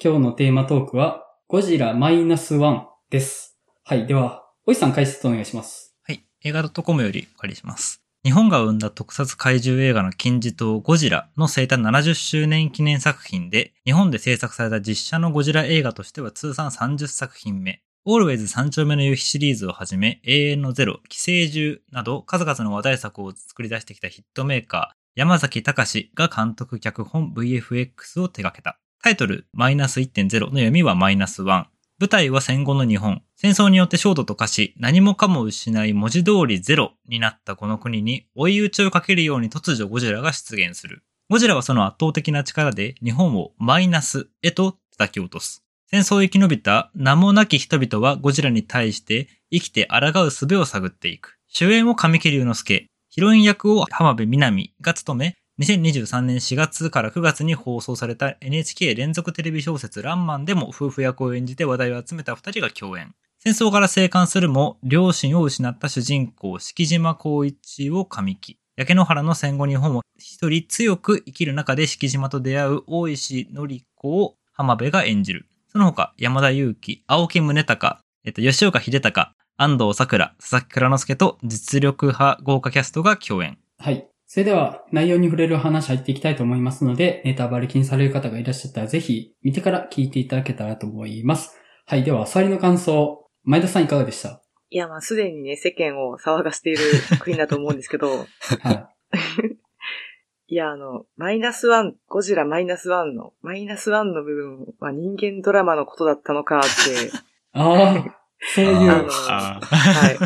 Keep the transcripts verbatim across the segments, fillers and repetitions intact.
今日のテーマトークは、ゴジラマイナスワンです。はい。では、おいさん解説お願いします。 はい。映画 .com よりお借りします。日本が生んだ特撮怪獣映画の金字塔ゴジラの生誕ななじゅっしゅうねん記念作品で、日本で制作された実写のゴジラ映画としては通算さんじゅっさく品目。オールウェイズ三丁目の夕日シリーズをはじめ、永遠のゼロ、寄生獣など数々の話題作を作り出してきたヒットメーカー、山崎隆が監督脚本 ブイエフエックス を手掛けた。タイトル、マイナス いってんゼロ の読みはマイナスワン。舞台は戦後の日本。戦争によって焦土と化し、何もかも失い文字通りゼロになったこの国に追い打ちをかけるように突如ゴジラが出現する。ゴジラはその圧倒的な力で日本をマイナスへと叩き落とす。戦争を生き延びた名もなき人々はゴジラに対して生きて抗う術を探っていく。主演を神木隆之介、ヒロイン役を浜辺美波が務め、にせんにじゅうさんねんしがつからくがつに放送された エヌエイチケー 連続テレビ小説ランマンでも夫婦役を演じて話題を集めた二人が共演。戦争から生還するも両親を失った主人公敷島光一を神木。焼け野原の戦後日本を一人強く生きる中で敷島と出会う大石典子を浜辺が演じる。その他山田裕貴、青木宗隆、えっと、吉岡秀隆、安藤サクラ、佐々木蔵之介と実力派豪華キャストが共演。 はい。それでは内容に触れる話入っていきたいと思いますので、ネタバレ気にされる方がいらっしゃったらぜひ見てから聞いていただけたらと思います。はい。では、触りの感想、前田さんいかがでした？ いや、まあ、すでにね、世間を騒がしている国だと思うんですけど。はい。いや、あの、マイナスワン、ゴジラマイナスワンの、マイナスワンの部分は人間ドラマのことだったのかって。 ああ、そういう。あの、 はい。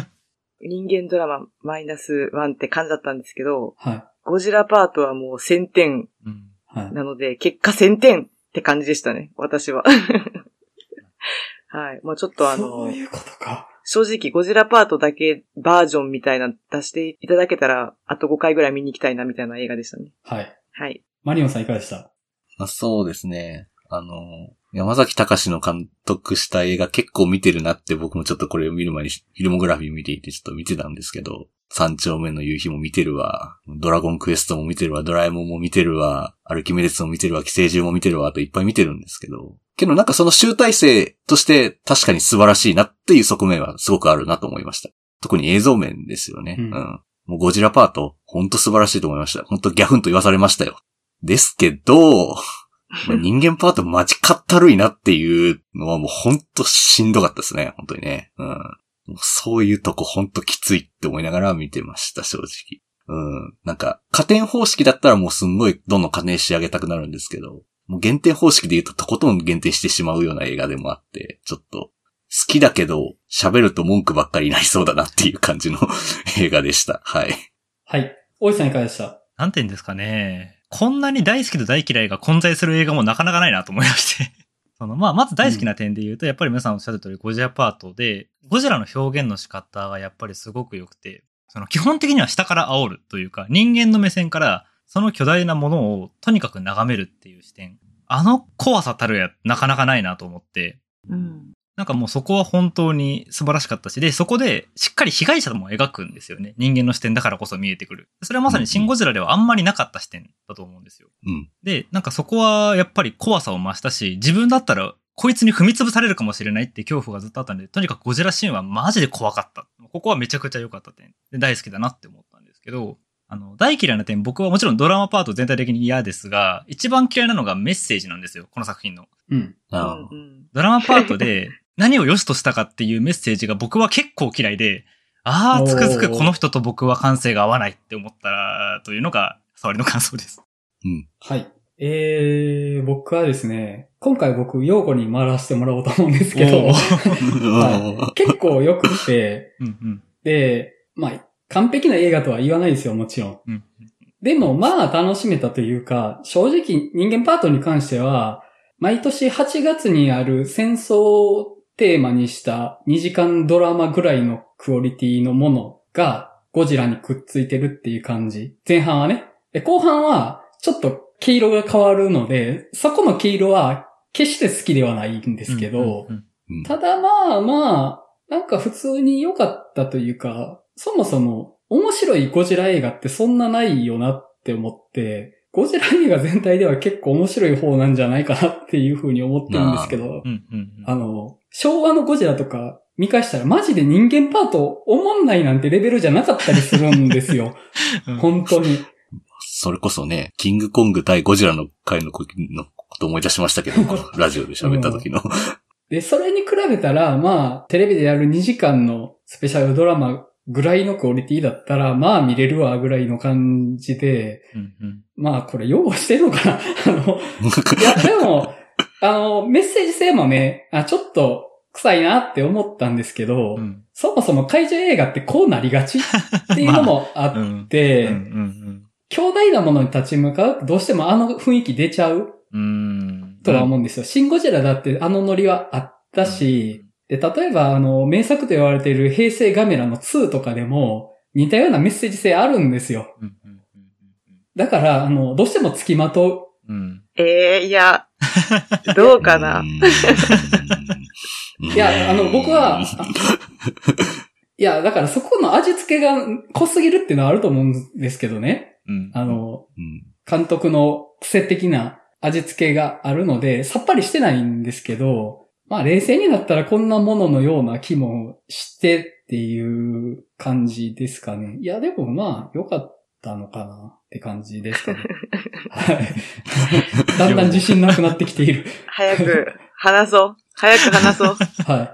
人間ドラママイナスワンって感じだったんですけど、はい、ゴジラパートはもうせんてんなので、うんはい、結果せんてんって感じでしたね、私は。はい。もうちょっとあの、 そういうことか。 正直ゴジラパートだけバージョンみたいな出していただけたら、あとごかいぐらい見に行きたいなみたいな映画でしたね。 はい。 はい。 マリオンさんいかがでした？ まあ、そうですね。あの、山崎隆の監督した映画結構見てるなって僕もちょっとこれを見る前にフィルモグラフィー見ていてちょっと見てたんですけど、三丁目の夕日も見てるわ、ドラゴンクエストも見てるわ、ドラえもんも見てるわ、アルキメデスも見てるわ、寄生獣も見てるわ、あといっぱい見てるんですけど、けどなんかその集大成として確かに素晴らしいなっていう側面はすごくあるなと思いました。特に映像面ですよね。うん。うん、もうゴジラパート、ほんと素晴らしいと思いました。ほんとギャフンと言わされましたよ。ですけど、まあ、人間パートマジかったるいなっていうのはもうほんとしんどかったですね。本当にね。うん。もうそういうとこほんときついって思いながら見てました、正直。うん。なんか、加点方式だったらもうすんごいどんどん加点仕上げたくなるんですけど、もう減点方式で言うととことん減点してしまうような映画でもあって、ちょっと好きだけど喋ると文句ばっかりになりそうだなっていう感じの映画でした。はい。 はい。大井さんいかがでした？ なんて言うんですかね。こんなに大好きと大嫌いが混在する映画もなかなかないなと思いましてその、まあ、まず大好きな点で言うと、うん、やっぱり皆さんおっしゃる通りゴジラパートで、ゴジラの表現の仕方がやっぱりすごく良くて、その基本的には下から煽るというか、人間の目線からその巨大なものをとにかく眺めるっていう視点。あの怖さたるやなかなかないなと思って、うん、なんかもうそこは本当に素晴らしかったし、で、そこでしっかり被害者も描くんですよね。人間の視点だからこそ見えてくる。それはまさにシン・ゴジラではあんまりなかった視点だと思うんですよ。うん、で、なんかそこはやっぱり怖さを増したし、自分だったらこいつに踏み潰されるかもしれないって恐怖がずっとあったんで、とにかくゴジラシーンはマジで怖かった。ここはめちゃくちゃ良かった点で大好きだなって思ったんですけど、あの、大嫌いな点、僕はもちろんドラマパート全体的に嫌ですが、一番嫌いなのがメッセージなんですよ、この作品の。うん。あドラマパートで何を良しとしたかっていうメッセージが僕は結構嫌いで、ああ、つくづくこの人と僕は感性が合わないって思ったというのが、触りの感想です。 うん。はい。えー、僕はですね、今回僕、用語に回らせてもらおうと思うんですけど、はい、結構良くて、うんうん、で、まあ、完璧な映画とは言わないですよ、もちろん。うん、でも、まあ、楽しめたというか、正直、人間パートに関しては、毎年はちがつにある戦争をテーマにしたにじかんドラマぐらいのクオリティのものが、ゴジラにくっついてるっていう感じ。前半はね。で、後半は、ちょっと毛色が変わるので、そこの毛色は、決して好きではないんですけど、うんうんうん、ただまあまあ、なんか普通に良かったというか、そもそも面白いゴジラ映画ってそんなないよなって思って、 ゴジラ映画全体では結構面白い方なんじゃないかなっていうふうに思ってるんですけど、 うんうんうん、 あの、昭和のゴジラとか見返したらマジで人間パート思んないなんてレベルじゃなかったりするんですよ。うん、本当に。 それこそね、キングコング対ゴジラの回のこと思い出しましたけど、ラジオで喋った時の、うん。 で、それに比べたら、まあ、テレビでやるにじかんのスペシャルドラマぐらいのクオリティだったら、まあ見れるわぐらいの感じで、 うんうん、 まあこれ擁護してるのかなあの、いや、でも、あの、メッセージ性もね、あ、ちょっと臭いなって思ったんですけど、うん、そもそも怪獣映画ってこうなりがちっていうのもあって、強大なものに立ち向かうどうしてもあの雰囲気出ちゃうとは思うんですよ。うん、シン・ゴジラだってあのノリはあったし、うん、で、例えばあの、名作と言われている平成ガメラのツーとかでも似たようなメッセージ性あるんですよ。うんうん、だから、あの、どうしても付きまとう。うん、 ええー、いや、どうかな。 いや、あの、僕は、いや、だからそこの味付けが濃すぎるっていうのはあると思うんですけどね。うん、あの、うん、監督の癖的な味付けがあるので、さっぱりしてないんですけど、まあ冷静になったらこんなもののような気もしてっていう感じですかね。いや、でもまあ、良かったのかなって感じですかね。はい。だんだん自信なくなってきている。 早く話そう。早く話そう。 はい。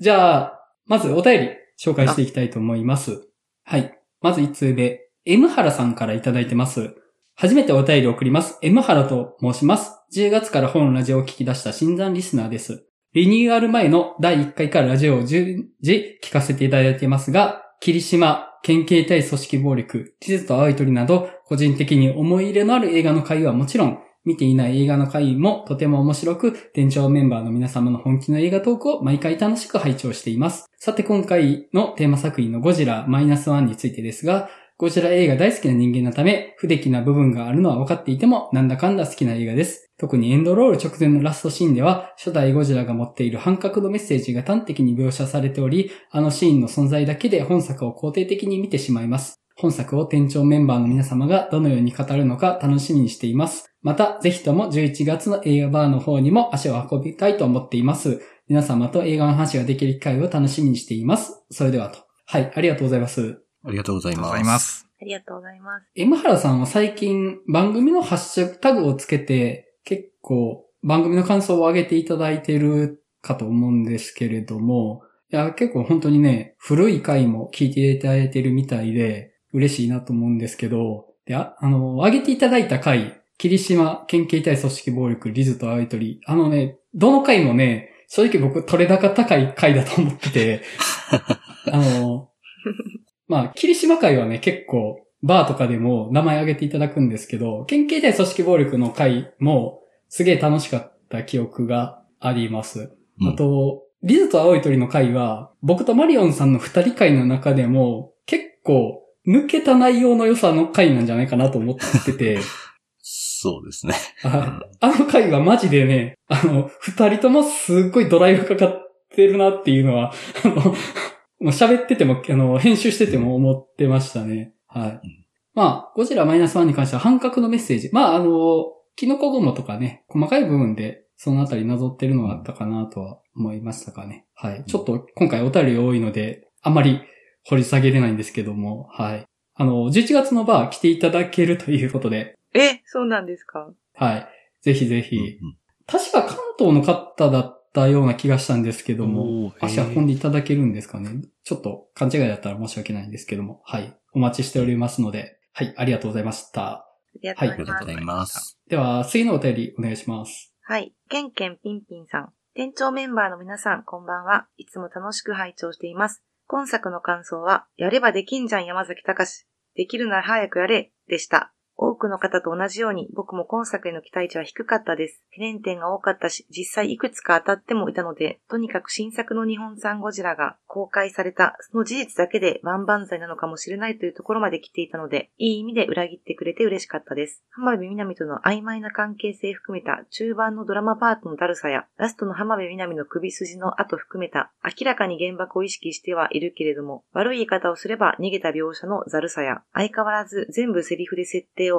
じゃあ、まずお便り紹介していきたいと思います。はい。まずいちつうめ、M 原さんからいただいてます。初めてお便りを送ります。M 原と申します。じゅうがつから本ラジオを聞き出した新参リスナーです。リニューアル前のだいいっかいからラジオを順次聞かせていただいていますが、霧島、県警対組織暴力、地図と青い鳥など、個人的に思い入れのある映画の回はもちろん、見ていない映画の回もとても面白く、店長メンバーの皆様の本気の映画トークを毎回楽しく拝聴しています。さて今回のテーマ作品のゴジラマイナスワンについてですが、ゴジラ映画大好きな人間のため、不出来な部分があるのは分かっていても、なんだかんだ好きな映画です。特にエンドロール直前のラストシーンでは、初代ゴジラが持っている反角度メッセージが端的に描写されており、あのシーンの存在だけで本作を肯定的に見てしまいます。本作を店長メンバーの皆様がどのように語るのか楽しみにしています。また、ぜひともじゅういちがつの映画バーの方にも足を運びたいと思っています。皆様と映画の話ができる機会を楽しみにしています。それではと。はい、ありがとうございます。 ありがとうございます。 ありがとうございます。 M 原さんは最近番組のハッシュタグをつけて結構番組の感想を上げていただいているかと思うんですけれども、いや結構本当にね、古い回も聞いていただいているみたいで嬉しいなと思うんですけど、で、あ、あの、上げていただいた回、霧島県警対組織暴力リズと青い鳥、あのね、どの回もね、正直僕取れ高高い回だと思ってて、あの、まあ、霧島会はね、結構、バーとかでも名前挙げていただくんですけど、県警対組織暴力の会も、すげえ楽しかった記憶があります。うん、あと、リズと青い鳥の会は、僕とマリオンさんの二人会の中でも、結構、抜けた内容の良さの会なんじゃないかなと思ってて。 そうですね。 あ, あの会はマジでね、あの、二人ともすっごいドライブかかってるなっていうのは、あの、もう喋ってても、あの、編集してても思ってましたね。はい。うん、まあ、ゴジラマイナスワンに関しては半角のメッセージ。まあ、あの、キノコ雲とかね、細かい部分でそのあたりなぞってるのがあったかなとは思いましたかね。はい。ちょっと今回お便りが多いので、あんまり掘り下げれないんですけども、はい。あの、じゅういちがつのバー来ていただけるということで。 え、そうなんですか？ はい。ぜひぜひ。うんうん、確か関東の方だったような気がしたんですけども、足運んでいただけるんですかね。ちょっと勘違いだったら申し訳ないんですけども、はい。お待ちしておりますので、はい。ありがとうございました。 ありがとうございます。 では、次のお便りお願いします。 はい。ケンケンピンピンさん。店長メンバーの皆さん、こんばんは。いつも楽しく拝聴しています。今作の感想は、やればできんじゃん山崎隆。できるなら早くやれ、でした。多くの方と同じように僕も今作への期待値は低かったです。懸念点が多かったし、実際いくつか当たってもいたので、とにかく新作の日本産ゴジラが公開された、その事実だけで万々歳なのかもしれないというところまで来ていたので、いい意味で裏切ってくれて嬉しかったです。浜辺美波との曖昧な関係性含めた中盤のドラマパートのだるさや、ラストの浜辺美波の首筋の後含めた、明らかに原爆を意識してはいるけれども、悪い言い方をすれば逃げた描写のざるさや、相変わらず全部セリフで設定を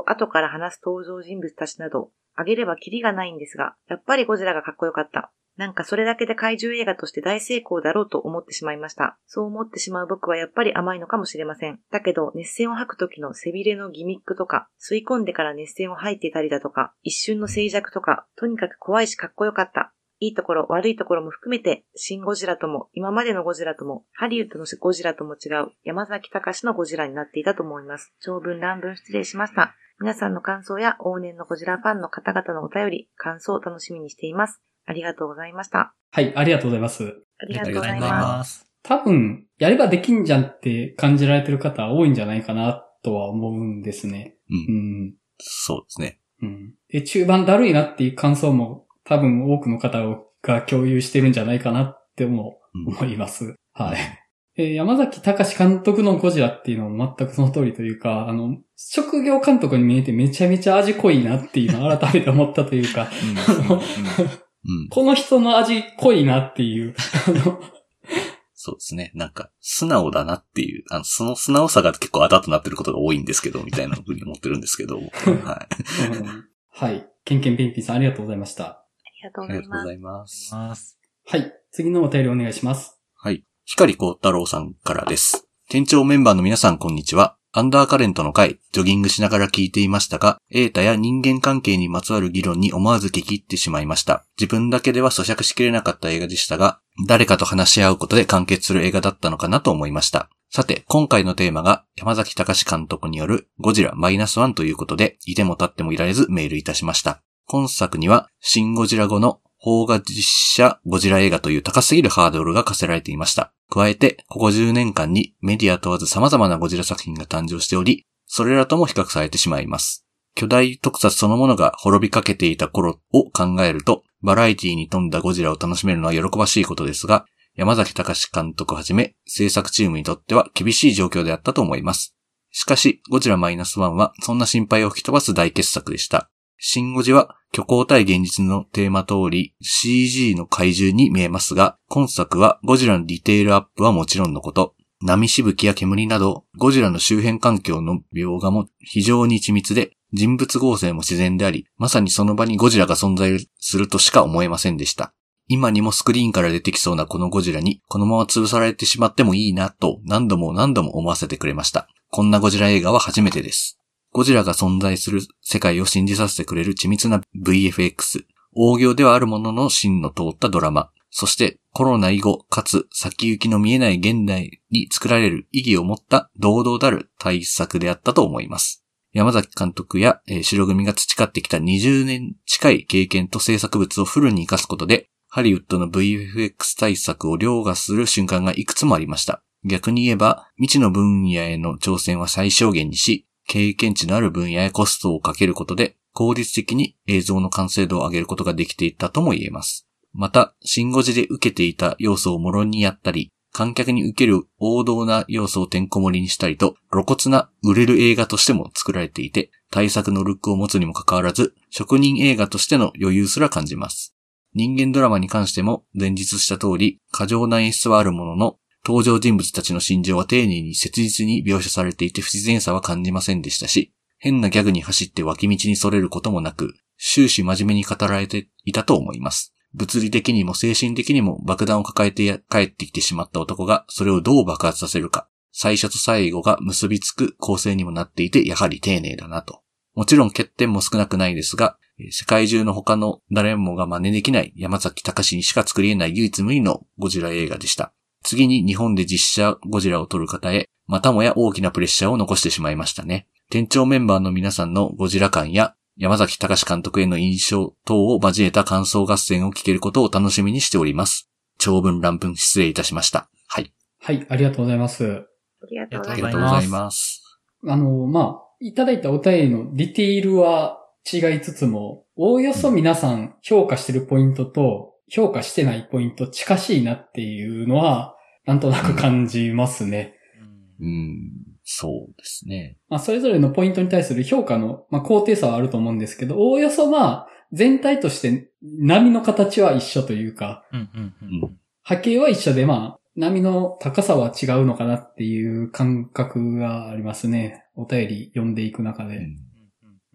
後から話す登場人物たちなど、挙げればキリがないんですが、やっぱりゴジラがかっこよかった。なんかそれだけで怪獣映画として大成功だろうと思ってしまいました。そう思ってしまう僕はやっぱり甘いのかもしれません。だけど熱線を吐く時の背びれのギミックとか、吸い込んでから熱線を吐いていたりだとか、一瞬の静寂とか、とにかく怖いしかっこよかった。いいところ、悪いところも含めて、シン・ゴジラとも、今までのゴジラとも、ハリウッドのゴジラとも違う、山崎隆のゴジラになっていたと思います。長文乱文失礼しました。皆さんの感想や往年のゴジラファンの方々のお便り、感想を楽しみにしています。ありがとうございました。 はい、ありがとうございます。 ありがとうございます。 多分、やればできんじゃんって感じられてる方多いんじゃないかなとは思うんですね。 うん。うん、そうですね。 うん。で、中盤だるいなっていう感想も多分多くの方が共有してるんじゃないかなっても思います。うん、はい。えー、山崎隆監督のゴジラっていうのも全くその通りというか、あの、職業監督に見えてめちゃめちゃ味濃いなっていうのを改めて思ったというか、うん、この人の味濃いなっていう。 そうですね。なんか、素直だなっていう、あの、その素直さが結構あだとなってることが多いんですけど、みたいな風に思ってるんですけど。はい。 うん、はい。ケンケンペンピンさんありがとうございました。 ありがとうございます。ありがとうございます。 はい。次のお便りお願いします。 はい。光光太郎さんからです。店長メンバーの皆さんこんにちは。アンダーカレントの回、ジョギングしながら聞いていましたが、エータや人間関係にまつわる議論に思わず聞き入ってしまいました。自分だけでは咀嚼しきれなかった映画でしたが、誰かと話し合うことで完結する映画だったのかなと思いました。さて、今回のテーマが山崎隆監督によるゴジラマイナスワンということで、いても立ってもいられずメールいたしました。今作には、シン・ゴジラ後の邦画実写ゴジラ映画という高すぎるハードルが課せられていました。加えて、ここじゅうねんかんにメディア問わず様々なゴジラ作品が誕生しており、それらとも比較されてしまいます。巨大特撮そのものが滅びかけていた頃を考えると、バラエティに富んだゴジラを楽しめるのは喜ばしいことですが、山崎隆監督はじめ制作チームにとっては厳しい状況であったと思います。しかし、ゴジラマイナスワンはそんな心配を吹き飛ばす大傑作でした。シンゴジは虚構対現実のテーマ通り シージー の怪獣に見えますが、今作はゴジラのディテールアップはもちろんのこと、波しぶきや煙などゴジラの周辺環境の描画も非常に緻密で、人物合成も自然であり、まさにその場にゴジラが存在するとしか思えませんでした。今にもスクリーンから出てきそうなこのゴジラにこのまま潰されてしまってもいいなと何度も何度も思わせてくれました。こんなゴジラ映画は初めてです。ゴジラが存在する世界を信じさせてくれる緻密な ブイエフエックス、大行ではあるものの芯の通ったドラマ、そしてコロナ以後かつ先行きの見えない現代に作られる意義を持った堂々たる大作であったと思います。山崎監督や、えー、白組が培ってきたにじゅうねん近い経験と制作物をフルに活かすことで、ハリウッドの ブイエフエックス 対策を凌駕する瞬間がいくつもありました。逆に言えば、未知の分野への挑戦は最小限にし、経験値のある分野へコストをかけることで、効率的に映像の完成度を上げることができていたとも言えます。また、シンゴジで受けていた要素をもろにやったり、観客に受ける王道な要素をてんこ盛りにしたりと、露骨な売れる映画としても作られていて、大作のルックを持つにもかかわらず、職人映画としての余裕すら感じます。人間ドラマに関しても、前述した通り、過剰な演出はあるものの、登場人物たちの心情は丁寧に切実に描写されていて不自然さは感じませんでしたし、変なギャグに走って脇道にそれることもなく、終始真面目に語られていたと思います。物理的にも精神的にも爆弾を抱えて帰ってきてしまった男がそれをどう爆発させるか、最初と最後が結びつく構成にもなっていてやはり丁寧だなと。もちろん欠点も少なくないですが、世界中の他の誰もが真似できない山崎隆にしか作り得ない唯一無二のゴジラ映画でした。次に日本で実写ゴジラを撮る方へ、またもや大きなプレッシャーを残してしまいましたね。店長メンバーの皆さんのゴジラ感や山崎隆監督への印象等を交えた感想合戦を聞けることを楽しみにしております。長文乱文失礼いたしました。はい。 はい、ありがとうございます。 ありがとうございます。 ありがとうございます。 あの、まあ、いただいたお便りのディティールは違いつつも、おおよそ皆さん評価してるポイントと評価してないポイント近しいなっていうのは、なんとなく感じますね。 うん、うんそうですね。 まあ、それぞれのポイントに対する評価の、まあ、高低差はあると思うんですけど、おおよそまあ、全体として波の形は一緒というか、 うんうんうん、 波形は一緒で、まあ、波の高さは違うのかなっていう感覚がありますね。お便り読んでいく中で。うん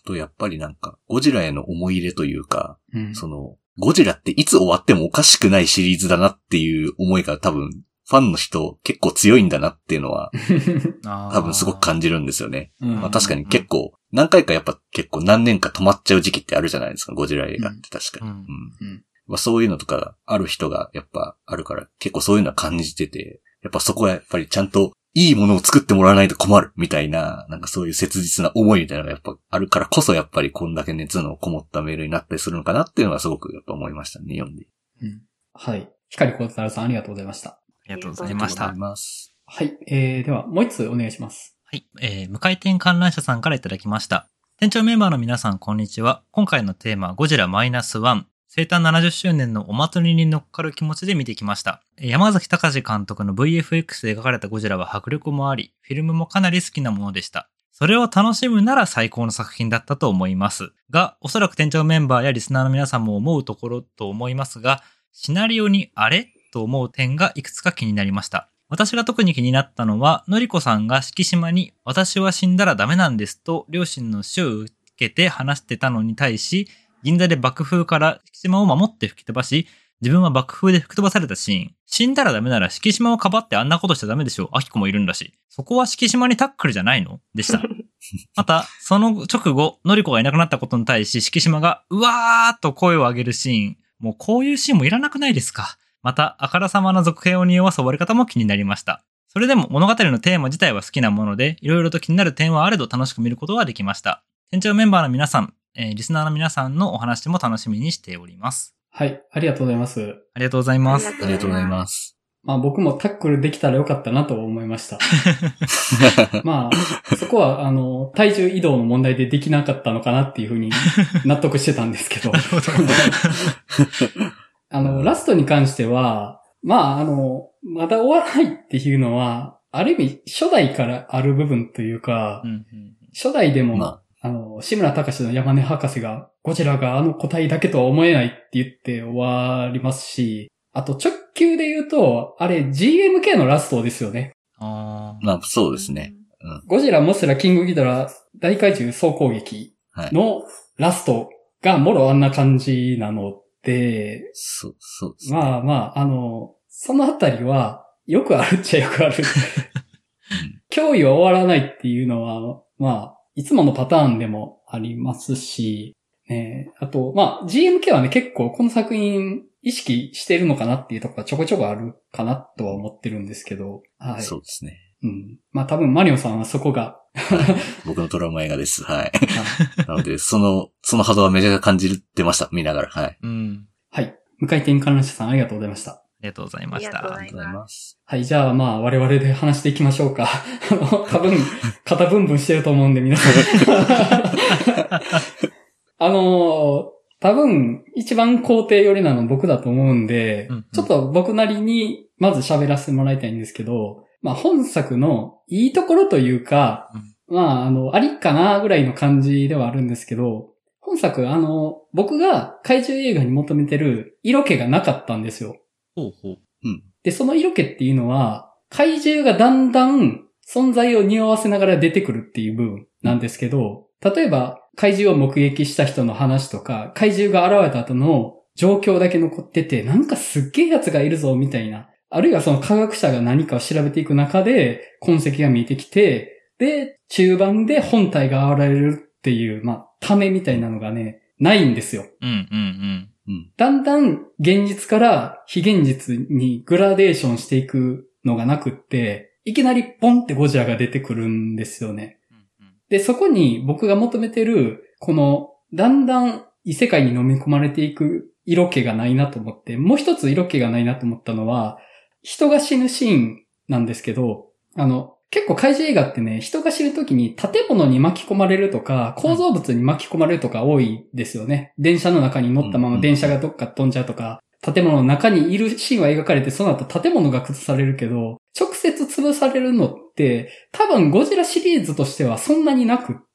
とやっぱりなんか、ゴジラへの思い入れというか、うん、その、ゴジラっていつ終わってもおかしくないシリーズだなっていう思いが多分、ファンの人結構強いんだなっていうのは、多分すごく感じるんですよね。まあ、確かに結構、何回かやっぱ結構何年か止まっちゃう時期ってあるじゃないですか、ゴジラ映画って確かに。うんうんうんまあ、そういうのとかがある人がやっぱあるから結構そういうのは感じてて、やっぱそこはやっぱりちゃんといいものを作ってもらわないと困るみたいな、なんかそういう切実な思いみたいなのがやっぱあるからこそやっぱりこんだけ熱のこもったメールになったりするのかなっていうのはすごくやっぱ思いましたね、読んで。 うん、はい。光小太郎さんありがとうございました。ありがとうございました。 ありがとうございます。 はい。えー、ではもう一つお願いします。 はい。えー、無回転観覧車さんからいただきました。店長メンバーの皆さんこんにちは。今回のテーマゴジラマイナスワン。生誕ななじゅっしゅうねんのお祭りに乗っかる気持ちで見てきました。山崎隆監督の ブイエフエックス で描かれたゴジラは迫力もあり、フィルムもかなり好きなものでした。それを楽しむなら最高の作品だったと思います。が、おそらく店長メンバーやリスナーの皆さんも思うところと思いますが、シナリオにあれと思う点がいくつか気になりました。私が特に気になったのは、のりこさんが敷島に私は死んだらダメなんですと両親の死を受けて話してたのに対し、銀座で爆風から敷島を守って吹き飛ばし、自分は爆風で吹き飛ばされたシーン。死んだらダメなら敷島をかばってあんなことしちゃダメでしょ。アキコもいるんだし。そこは敷島にタックルじゃないのでした。また、その直後、のりこがいなくなったことに対し、敷島が、うわーっと声を上げるシーン。もうこういうシーンもいらなくないですか。また、あからさまな続編を匂わす終わり方も気になりました。それでも物語のテーマ自体は好きなもので、いろいろと気になる点はあれど楽しく見ることができました。店長メンバーの皆さん、えー、リスナーの皆さんのお話も楽しみにしております。 はい、ありがとうございます。 ありがとうございます。 ありがとうございます。 まあ僕もタックルできたらよかったなと思いました。まあ、そこはあの、体重移動の問題でできなかったのかなっていうふうに納得してたんですけど。あの、ラストに関しては、まああの、まだ終わらないっていうのは、ある意味初代からある部分というか、うんうん、初代でも、まああの、志村隆の山根博士が、ゴジラがあの個体だけとは思えないって言って終わりますし、あと直球で言うと、あれ ジーエムケー のラストですよね。 あまあ、そうですね、 うん。ゴジラ、モスラ、キングギドラ、大怪獣総攻撃のラストがもろあんな感じなので、 そう、そうですね。 まあまあ、あの、そのあたりは、よくあるっちゃよくある。脅威は終わらないっていうのは、まあ、いつものパターンでもありますし、ね、あと、まあ、ジーエムケー はね、結構この作品意識してるのかなっていうところがちょこちょこあるかなとは思ってるんですけど、はい。 そうですね。 うん。まあ多分マリオさんはそこが。 僕のトラウマ映画です。はい。なので、その、その波動はめちゃくちゃ感じてました。見ながら。はい。 うん。 はい。無回転観覧車さんありがとうございました。 ありがとうございました。 ありがとうございます。 はい、じゃあまあ我々で話していきましょうか。あの、多分、肩ブンブンしてると思うんで皆さん。あの、多分、一番肯定寄りなの僕だと思うんで、うんうん、ちょっと僕なりにまず喋らせてもらいたいんですけど、まあ本作のいいところというか、うん、まああの、ありかなぐらいの感じではあるんですけど、本作あの、僕が怪獣映画に求めてる色気がなかったんですよ。 ほうほう。 うん。 で、その色気っていうのは、怪獣がだんだん存在を匂わせながら出てくるっていう部分なんですけど、例えば怪獣を目撃した人の話とか、怪獣が現れた後の状況だけ残ってて、なんかすっげえやつがいるぞみたいな、あるいはその科学者が何かを調べていく中で痕跡が見えてきて、で、中盤で本体が現れるっていう、まあ、ためみたいなのがね、ないんですよ。 うんうんうんうん、だんだん現実から非現実にグラデーションしていくのがなくって、いきなりポンってゴジラが出てくるんですよね。うんうん、で、そこに僕が求めてる、この、だんだん異世界に飲み込まれていく色気がないなと思って、もう一つ色気がないなと思ったのは、人が死ぬシーンなんですけど、あの、結構怪獣映画ってね、人が死ぬときに建物に巻き込まれるとか、構造物に巻き込まれるとか多いですよね。電車の中に乗ったまま電車がどっか飛んじゃうとか、建物の中にいるシーンは描かれて、その後建物が崩されるけど、直接潰されるのって、多分ゴジラシリーズとしてはそんなになくって、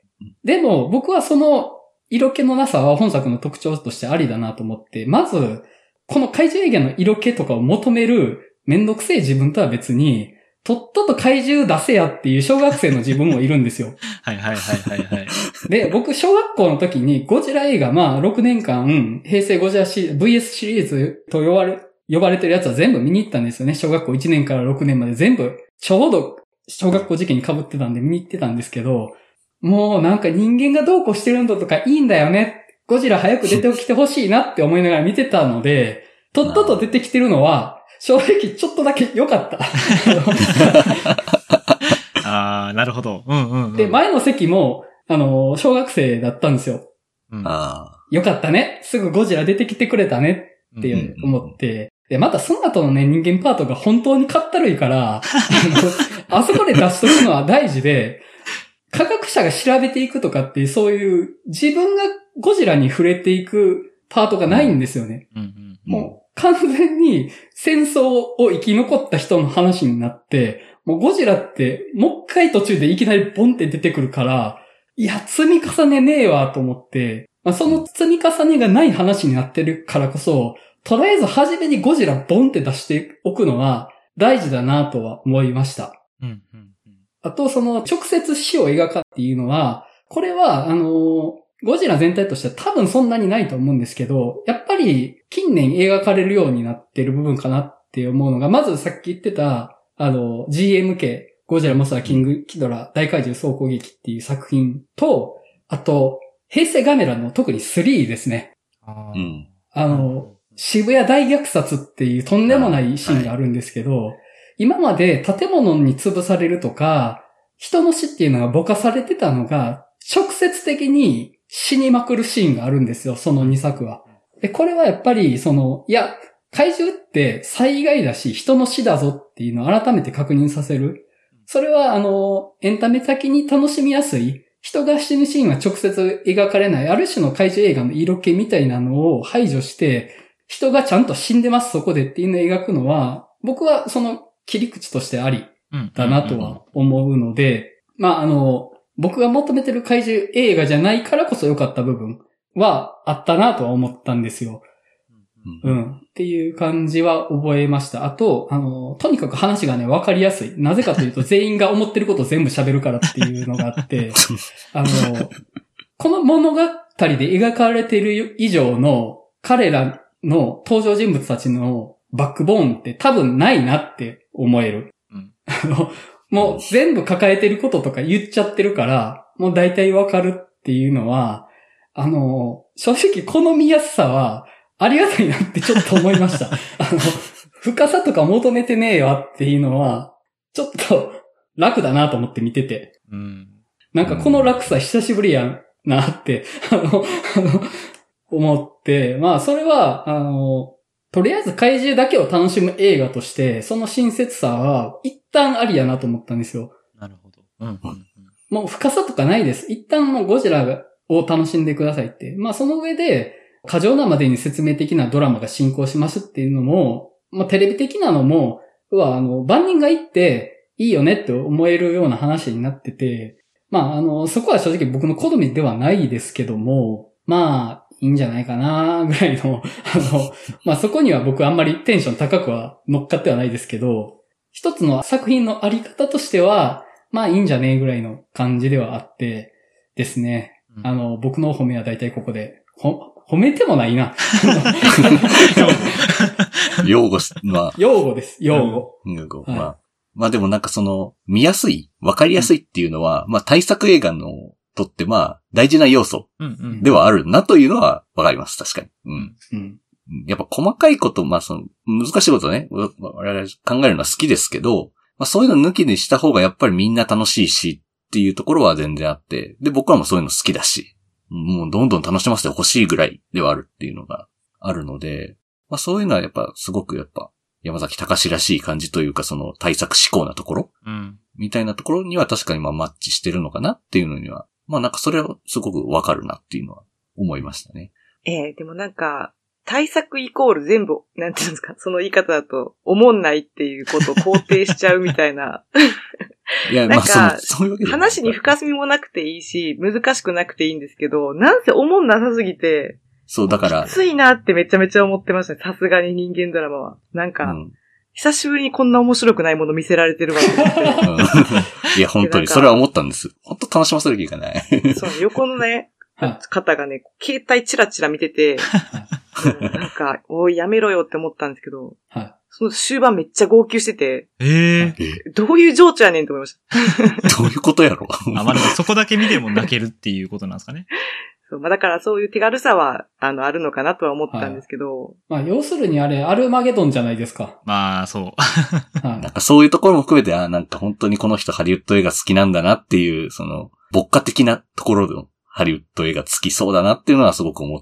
でも僕はその色気のなさは本作の特徴としてありだなと思って、まず、この怪獣映画の色気とかを求めるめんどくせえ自分とは別に、 とっとと怪獣出せやっていう小学生の自分もいるんですよ。 はいはいはいはいはい。 で、僕、小学校の時にゴジラ映画、まあ、ろくねんかん、平成ゴジラシ ブイエス シリーズと呼ばれ、呼ばれてるやつは全部見に行ったんですよね。小学校いちねんからろくねんまで全部、ちょうど小学校時期に被ってたんで見に行ってたんですけど、もうなんか人間がどうこうしてるのとかいいんだよね。ゴジラ早く出てきてほしいなって思いながら見てたので、とっとと出てきてるのは、正直ちょっとだけ良かった。 ああ、なるほど。うんうん、うん。 で、前の席も、あの、小学生だったんですよ。 うん、 よかったね。すぐゴジラ出てきてくれたねって思って。で、またその後のね、人間パートが本当にかったるいから、あの、あそこで出しとくのは大事で、科学者が調べていくとかっていう、そういう自分がゴジラに触れていくパートがないんですよね。 うんうんうん、もう完全に戦争を生き残った人の話になって、もうゴジラってもう一回途中でいきなりボンって出てくるから、いや、積み重ねねえわと思って、まあ、その積み重ねがない話になってるからこそ、とりあえず初めにゴジラボンって出しておくのは大事だなとは思いました。 うんうんうん、 あと、その直接死を描かっていうのは、これは、あの、ゴジラ全体としては多分そんなにないと思うんですけど、やっぱり近年描かれるようになってる部分かなって思うのが、まずさっき言ってた、あの、ジーエムケー、ゴジラモスラキングキドラ大怪獣総攻撃っていう作品と、あと、平成ガメラの特にスリーですね。 あ, あの、渋谷大虐殺っていうとんでもないシーンがあるんですけど、はい、今まで建物に潰されるとか、人の死っていうのがぼかされてたのが、直接的に死にまくるシーンがあるんですよ、そのにさくは。で、これはやっぱり、その、いや、怪獣って災害だし、人の死だぞっていうのを改めて確認させる。それは、あの、エンタメ的に楽しみやすい、人が死ぬシーンは直接描かれない、ある種の怪獣映画の色気みたいなのを排除して、人がちゃんと死んでます、そこでっていうのを描くのは、僕はその切り口としてありだなとは思うので、まあ、あの、僕が求めてる怪獣映画じゃないからこそ良かった部分はあったなとは思ったんですよ。うん。っていう感じは覚えました。あと、あの、とにかく話がね、わかりやすい。なぜかというと、全員が思ってることを全部喋るからっていうのがあって、あの、この物語で描かれている以上の彼らの登場人物たちのバックボーンって多分ないなって思える。うん、あの、もう全部抱えてることとか言っちゃってるから、もう大体わかるっていうのは、あの、正直好みやすさはありがたいなってちょっと思いました。あの、深さとか求めてねえよっていうのは、ちょっと楽だなと思って見てて。うん、なんかこの楽さ久しぶりやなって、あの、あの思って、まあそれは、あの、とりあえず怪獣だけを楽しむ映画として、その親切さは一旦ありやなと思ったんですよ。 なるほど。うんうんうん、 もう深さとかないです。一旦もうゴジラを楽しんでくださいって。まあその上で、過剰なまでに説明的なドラマが進行しますっていうのも、まあテレビ的なのも、はあの、万人が言っていいよねって思えるような話になってて、まああの、そこは正直僕の好みではないですけども、まあ、いいんじゃないかなぐらいの、あの、まあ、そこには僕あんまりテンション高くは乗っかってはないですけど、一つの作品のあり方としては、まあいいんじゃねえぐらいの感じではあってですね。うん、あの、僕の褒めは大体ここで、ほ、褒めてもないな。 用語し、まあ。 用語です、用語。 用語。はい、まあ。まあでもなんかその、見やすい、わかりやすいっていうのは、うん、まあ大作映画の、とってまあ大事な要素ではあるなというのはわかります。確かに。うん。うん、やっぱ細かいこと、まあその難しいことね、我々考えるのは好きですけど、まあそういうの抜きにした方がやっぱりみんな楽しいしっていうところは全然あって、で僕らもそういうの好きだし、もうどんどん楽しませてほしいぐらいではあるっていうのがあるので、まあそういうのはやっぱすごくやっぱ山崎隆らしい感じというかその対策志向なところ、うん、みたいなところには確かにまあマッチしてるのかなっていうのには。まあなんかそれはすごくわかるなっていうのは思いましたね。 ええー、でもなんか、対策イコール全部、なんていうんですか、その言い方だと、思んないっていうことを肯定しちゃうみたいな。いや、なんか、まあ、そそういうわけ話に深みもなくていいし、難しくなくていいんですけど、なんせ思んなさすぎて、 そう、だから。 きついなってめちゃめちゃ思ってましたね。さすがに人間ドラマは。なんか、うん、 久しぶりにこんな面白くないもの見せられてるわけですよ。 いや、本当に、それは思ったんです。本当楽しませる気がない。 そう、横のね、方がね、携帯チラチラ見てて、なんか、おい、やめろよって思ったんですけど、はい、その終盤めっちゃ号泣してて、 えー、どういう情緒やねんって思いました。 どういうことやろあ、まあ、そこだけ見ても泣けるっていうことなんですかね。 そう、まあ、だからそういう手軽さは、あの、あるのかなとは思ったんですけど。はい、 まあ、要するにあれ、アルマゲドンじゃないですか。 まあ、そう。 はい、なんかそういうところも含めて、あ、なんか本当にこの人ハリウッド映画好きなんだなっていう、その、牧歌的なところのハリウッド映画好きそうだなっていうのはすごく思って、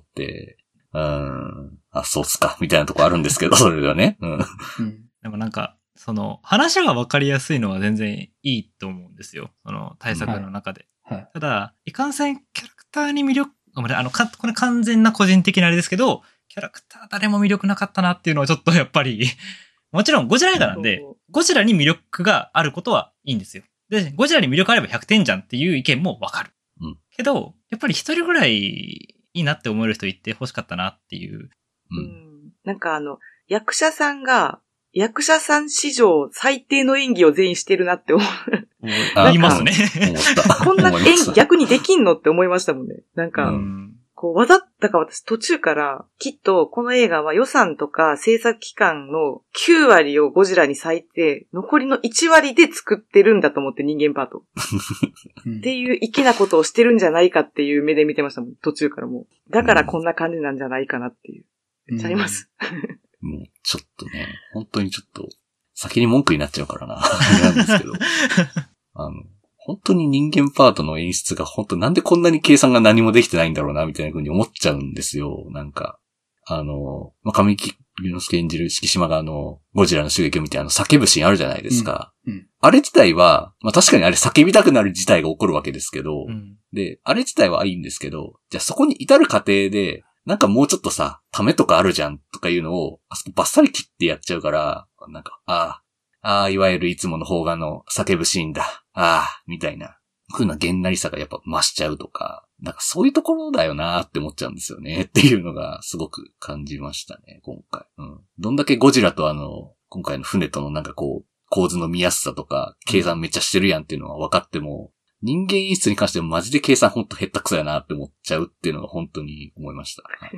うーん、あ、そうっすか、みたいなとこあるんですけど、それではね。うん。 でもなんか、その、話が分かりやすいのは全然いいと思うんですよ。その、対策の中で。はいはい、ただ、いかんせんキャラクターに魅力、あの、か、これ完全な個人的なあれですけど、キャラクター誰も魅力なかったなっていうのはちょっとやっぱり、もちろんゴジラ映画なんで、ゴジラに魅力があることはいいんですよ。で、ゴジラに魅力あればひゃくてんじゃんっていう意見もわかる。うん。けど、やっぱり一人ぐらいいいなって思える人いて欲しかったなっていう。 うん。うん、なんかあの、役者さんが、役者さん史上最低の演技を全員してるなって思う。 言いますね。 こんな演技逆にできんのって思いましたもんね。なんか、うん、こう、わざったか私途中から、きっとこの映画は予算とか制作期間のきゅうわりをゴジラに割いて、残りのいちわりで作ってるんだと思って人間パート。っていう粋なことをしてるんじゃないかっていう目で見てましたもん。途中からもう。だからこんな感じなんじゃないかなっていう。めっちゃあります。 もう、ちょっとね、本当にちょっと、先に文句になっちゃうからな。なんですけど。あの、本当に人間パートの演出が本当なんでこんなに計算が何もできてないんだろうな、みたいな風に思っちゃうんですよ。なんか、あの、まあ、神木隆之介演じる敷島があの、ゴジラの襲撃を見てあの、叫ぶシーンあるじゃないですか。うんうん、あれ自体は、まあ、確かにあれ叫びたくなる事態が起こるわけですけど、うん、で、あれ自体はいいんですけど、じゃあそこに至る過程で、なんかもうちょっとさ、ためとかあるじゃんとかいうのを、あそこバッサリ切ってやっちゃうから、なんか、ああ、ああ、いわゆるいつもの邦画の叫ぶシーンだ。ああ、みたいな、風なげんなりさがやっぱ増しちゃうとか、なんかそういうところだよなーって思っちゃうんですよね。っていうのがすごく感じましたね、今回。うん。どんだけゴジラとあの、今回の船とのなんかこう、構図の見やすさとか、計算めっちゃしてるやんっていうのは分かっても、人間演出に関してもマジで計算ほんとへったくそやなって思っちゃうっていうのが本当に思いました。はい、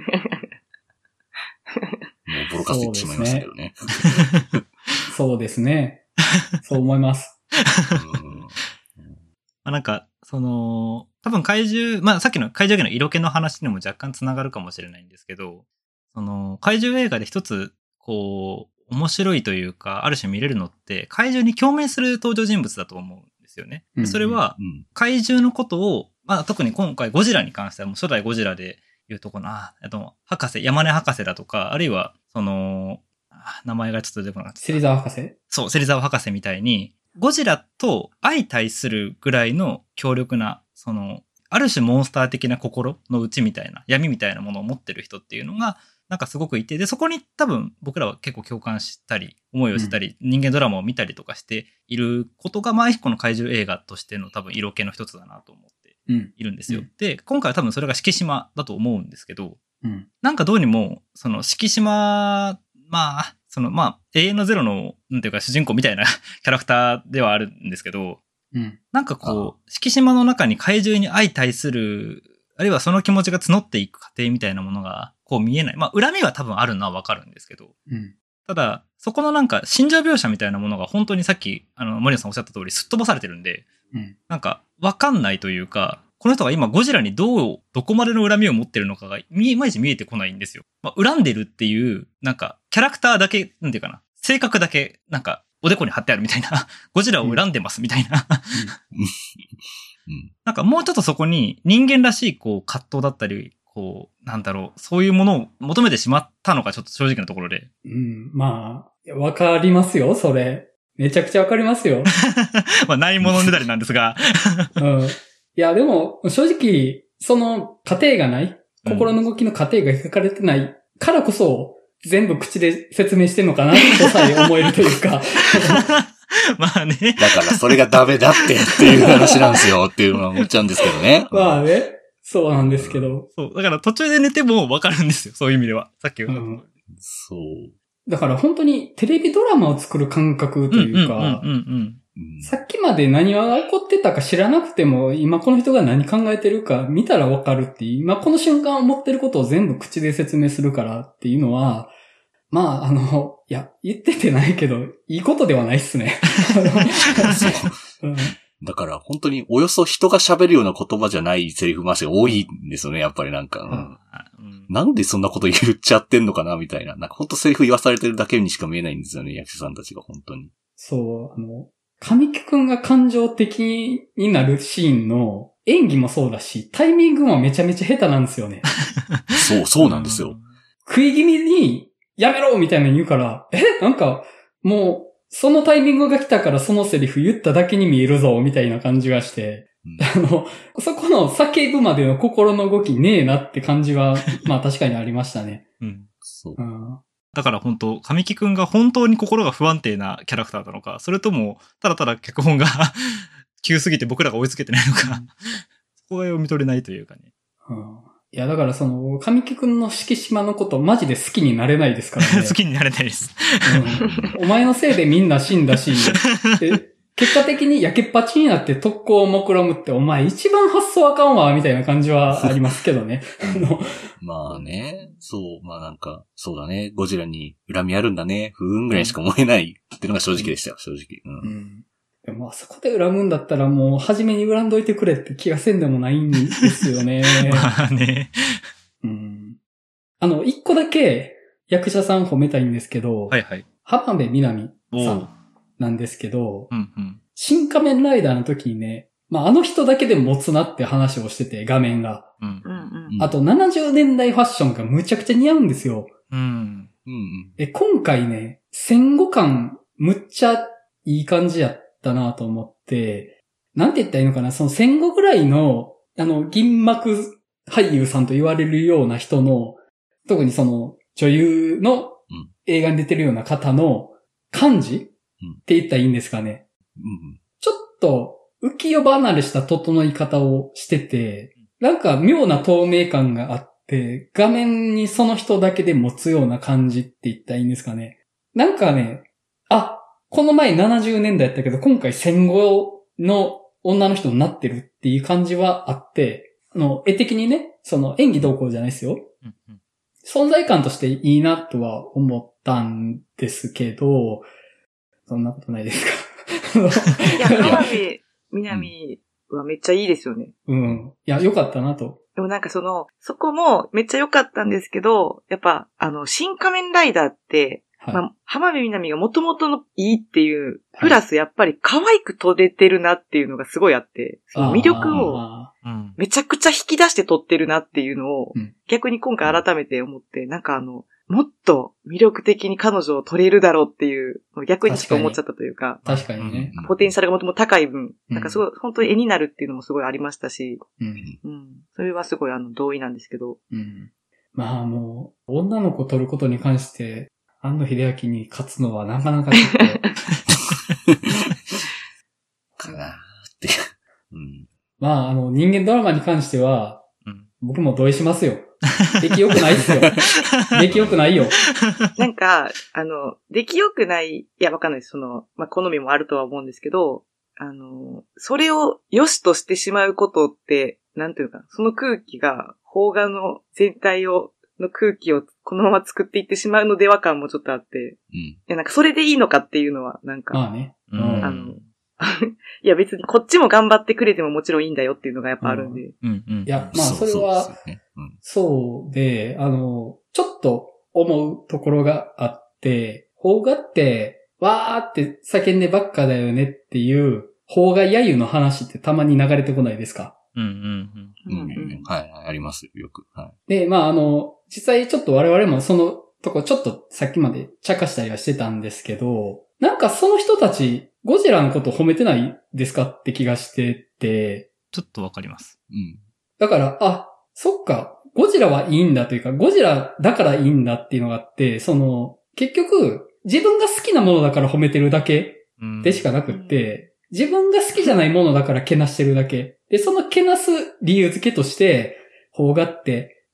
もうボロカス言ってしまいましたけどね。 そうですね。そう思います。 うんまあ、なんか、その、多分怪獣、まあさっきの怪獣映画の色気の話にも若干つながるかもしれないんですけど、その、怪獣映画で一つ、こう、面白いというか、ある種見れるのって、怪獣に共鳴する登場人物だと思うんですよね。でそれは、怪獣のことを、まあ特に今回ゴジラに関してはもう初代ゴジラでいうとこの、あ、あと、博士、山根博士だとか、あるいは、その、名前がちょっと出てこなかった。 芹沢博士？ そう、芹沢博士みたいに、ゴジラと相対するぐらいの強力な、その、ある種モンスター的な心の内みたいな、闇みたいなものを持ってる人っていうのが、なんかすごくいて、で、そこに多分僕らは結構共感したり、思いをしたり、うん、人間ドラマを見たりとかしていることが、まあ一個の怪獣映画としての多分色気の一つだなと思っているんですよ。うん、で、今回は多分それが敷島だと思うんですけど、うん、なんかどうにも、その敷島、まあ、その、まあ、永遠のゼロの、なんていうか主人公みたいなキャラクターではあるんですけど、うん、なんかこう、敷島の中に怪獣に相対する、あるいはその気持ちが募っていく過程みたいなものが、こう見えない。まあ、恨みは多分あるのはわかるんですけど、うん、ただ、そこのなんか、心情描写みたいなものが本当にさっき、あの、森野さんおっしゃった通り、すっ飛ばされてるんで、うん、なんか、わかんないというか、この人が今ゴジラにどう、どこまでの恨みを持ってるのかが、いまいち見えてこないんですよ。まあ、恨んでるっていう、なんか、キャラクターだけ、なんていうかな、性格だけ、なんか、おでこに貼ってあるみたいな、ゴジラを恨んでますみたいな。うん、なんかもうちょっとそこに人間らしい、こう、葛藤だったり、こう、なんだろう、そういうものを求めてしまったのがちょっと正直なところで。 うん、まあ、わかりますよ、それ。めちゃくちゃわかりますよ。 まあ、ないものねだりなんですが。 うん。いや、でも、正直、その過程がない、心の動きの過程が描かれてないからこそ、全部口で説明してんのかなとさえ思えるというか。 まあね。 だからそれがダメだってっていう話なんですよっていうのは思っちゃうんですけどね。 まあね。そうなんですけど。 そう。だから途中で寝てもわかるんですよ。そういう意味では。さっき言った、うん。 そう。 だから本当にテレビドラマを作る感覚というか、さっきまで何が起こってたか知らなくても、今この人が何考えてるか見たらわかるっていう、今この瞬間思ってることを全部口で説明するからっていうのは、まあ、あの、いや、言っててないけど、いいことではないっすね。 そう。うんだから本当におよそ人が喋るような言葉じゃないセリフ回しが多いんですよね、やっぱりなんか、うんうん。なんでそんなこと言っちゃってんのかなみたいな。なんか本当セリフ言わされてるだけにしか見えないんですよね、役者さんたちが本当に。 そう、あの、神木くんが感情的になるシーンの演技もそうだし、タイミングもめちゃめちゃ下手なんですよね。 そう、そうなんですよ。 食い気味に、やめろみたいなの言うから、えなんか、もう、そのタイミングが来たからそのセリフ言っただけに見えるぞ、みたいな感じがして、うん、あの、そこの叫ぶまでの心の動きねえなって感じは、まあ確かにありましたね。 うん。そう。 うん、 だから本当、神木くんが本当に心が不安定なキャラクターなのか、それとも、ただただ脚本が急すぎて僕らが追いつけてないのか、うん、そこが読み取れないというかね。 うんいや、だからその、神木くんの敷島のことマジで好きになれないですからね。 好きになれないです、 うん。お前のせいでみんな死んだし、結果的に焼けっぱちになって特攻を目論むって、お前一番発想あかんわ、みたいな感じはありますけどね。 まあね、そう、まあなんか、そうだね、ゴジラに恨みあるんだね、ふーんぐらいしか思えないっていうのが正直でしたよ、正直。うんうんでもあそこで恨むんだったらもう初めに恨んどいてくれって気がせんでもないんですよね。 まあね。 うん。あの、一個だけ役者さん褒めたいんですけど、 はいはい。 浜辺美波さんなんですけど、 うんうん、 新仮面ライダーの時にね、まああの人だけで持つなって話をしてて、画面が。 うんうん、 あとななじゅうねんだいファッションがむちゃくちゃ似合うんですよ。 うんうん、 で今回ね、戦後感むっちゃいい感じやった。だなと思って、なんて言ったらいいのかな、その戦後ぐらいの、あの、銀幕俳優さんと言われるような人の、特にその女優の映画に出てるような方の感じ、うん、って言ったらいいんですかね。 うん、 ちょっと浮世離れした整い方をしてて、なんか妙な透明感があって、画面にその人だけで持つような感じって言ったらいいんですかね。なんかね、あ、この前ななじゅうねんだいやったけど、今回戦後の女の人になってるっていう感じはあって、あの、絵的にね、その演技どうこうじゃないですよ。 うんうん、 存在感としていいなとは思ったんですけど、そんなことないですか。 いや、浜辺美波はめっちゃいいですよね。 うん。いや、良かったなと。 でもなんかその、そこもめっちゃ良かったんですけど、やっぱ、あの、新仮面ライダーって、はいまあ、浜辺美波が元々のいいっていう、プラスやっぱり可愛く撮れてるなっていうのがすごいあって、その魅力をめちゃくちゃ引き出して撮ってるなっていうのを、逆に今回改めて思って、なんかあの、もっと魅力的に彼女を撮れるだろうっていう、逆にしか思っちゃったというか、 確かにね。 ポテンシャルがもともと高い分、なんかすごい本当に絵になるっていうのもすごいありましたし、うん、うん、それはすごいあの同意なんですけど。 うん、まあもう、女の子撮ることに関して、庵野秀明に勝つのはなかなかちょっと。 かなーって。うん、 まあ、あの、人間ドラマに関しては、うん、僕も同意しますよ。出来良くないっすよ。出来良くないよ。 なんか、あの、出来良くない、いや、わかんないです。その、まあ、好みもあるとは思うんですけど、あの、それを良しとしてしまうことって、なんていうか、その空気が、邦画の全体を、の空気をこのまま作っていってしまうのでは感もちょっとあって、うん、いやなんかそれでいいのかっていうのは、なんか、 まあね、 うん、あの、いや別にこっちも頑張ってくれてももちろんいいんだよっていうのがやっぱあるんで。 うんうん、いや、まあそれは、そうで、あの、ちょっと思うところがあって、邦画って、わーって叫んでばっかだよねっていう、邦画揶揄の話ってたまに流れてこないですか？ うんうんうん。 うん、はい、ありますよ、よく。はい、 で、まああの、実際ちょっと我々もそのとこちょっとさっきまで茶化したりはしてたんですけど、なんかその人たち、ゴジラのこと褒めてないですかって気がしてて。 ちょっとわかります。 うん。 だから、あ、そっか、ゴジラはいいんだというか、ゴジラだからいいんだっていうのがあって、その、結局、自分が好きなものだから褒めてるだけでしかなくって、自分が好きじゃないものだからけなしてるだけ。で、そのけなす理由付けとして、邦画って、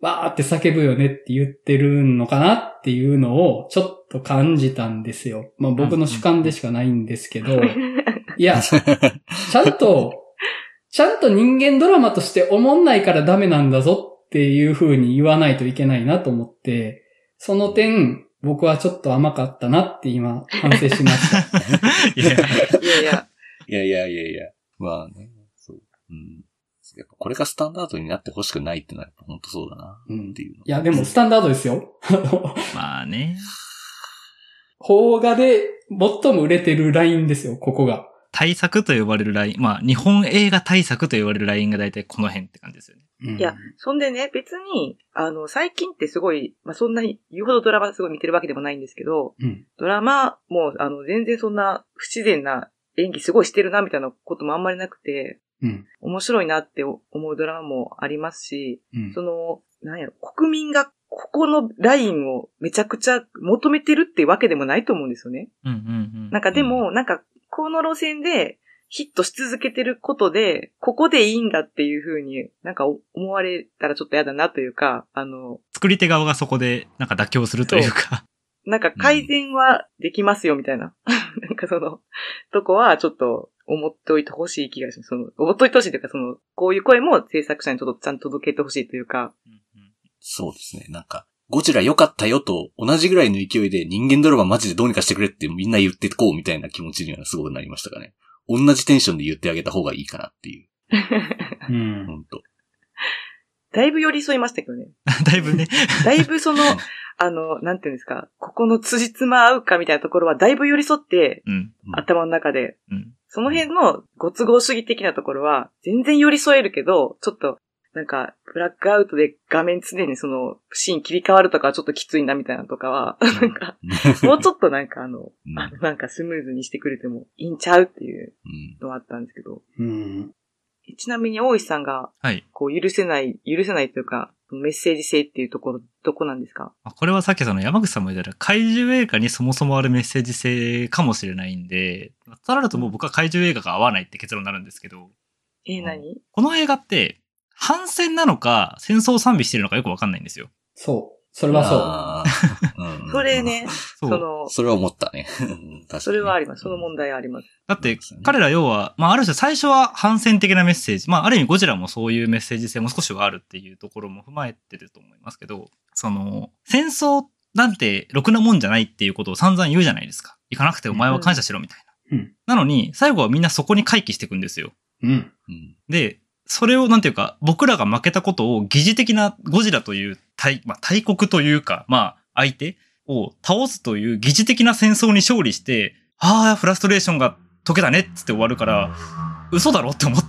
わーって叫ぶよねって言ってるのかなっていうのをちょっと感じたんですよ。まあ僕の主観でしかないんですけど、いや、ちゃんと、ちゃんと人間ドラマとして思んないからダメなんだぞっていう風に言わないといけないなと思って、その点、僕はちょっと甘かったなって今反省しました。 いやいや。 いやいやいやいや。まあね。そう。うん。やっぱこれがスタンダードになってほしくないってのはやっぱ本当そうだな。っていうの、うん。 いやでもスタンダードですよ。 まあね。 邦画で最も売れてるラインですよ、ここが。 大作と呼ばれるライン。まあ、日本映画大作と呼ばれるラインが大体この辺って感じですよね。 うん、いや、そんでね、別に、あの、最近ってすごい、まあ、そんなに言うほどドラマすごい見てるわけでもないんですけど、うん、ドラマも、あの、全然そんな不自然な演技すごいしてるな、みたいなこともあんまりなくて、うん、面白いなって思うドラマもありますし、うん、その、なんやろ、国民がここのラインをめちゃくちゃ求めてるってわけでもないと思うんですよね。うんうんうん、なんかでも、なんか、この路線でヒットし続けてることで、ここでいいんだっていう風になんか思われたらちょっと嫌だなというか、あの、 作り手側がそこでなんか妥協するというか。 なんか改善はできますよみたいな。うん、なんかその、とこはちょっと思っておいてほしい気がします。その、思っておいてほしいというか、その、こういう声も制作者にちょっとちゃんと届けてほしいというか。 そうですね。なんか、ゴジラ良かったよと同じぐらいの勢いで人間ドラママジでどうにかしてくれってみんな言ってこうみたいな気持ちにはすごくなりましたかね。同じテンションで言ってあげた方がいいかなっていう。うん。本当。 だいぶ寄り添いましたけどね。 だいぶね。 だいぶその、あの、なんていうんですか、ここの辻褄合うかみたいなところはだいぶ寄り添って、うん、頭の中で、うん。その辺のご都合主義的なところは全然寄り添えるけど、ちょっと、なんか、ブラックアウトで画面常にその、シーン切り替わるとかはちょっときついなみたいなとかは、なんか、もうちょっとなんかあの、うん、あのなんかスムーズにしてくれてもいいんちゃうっていうのはあったんですけど。うん、ちなみに大石さんが、はい。こう許せない、許せないというか、メッセージ性っていうところ、どこなんですか？ これはさっきその山口さんも言ったら、怪獣映画にそもそもあるメッセージ性かもしれないんで、となるともう僕は怪獣映画が合わないって結論になるんですけど。 えー、何？ この映画って、反戦なのか、戦争を賛美してるのかよくわかんないんですよ。 そう。それはそう。 うん、それね、 その、それは思ったね。 確かにそれはあります。その問題あります。 だって、彼ら要は、まあある種最初は反戦的なメッセージ、まあある意味ゴジラもそういうメッセージ性も少しはあるっていうところも踏まえてると思いますけど、その、戦争なんてろくなもんじゃないっていうことを散々言うじゃないですか。行かなくてお前は感謝しろみたいな。うん、なのに、最後はみんなそこに回帰していくんですよ。うん。で、それをなんていうか、僕らが負けたことを疑似的なゴジラという大、まあ、大国というか、まあ相手を倒すという疑似的な戦争に勝利して、ああ、フラストレーションが解けたねっつって終わるから、嘘だろって思って。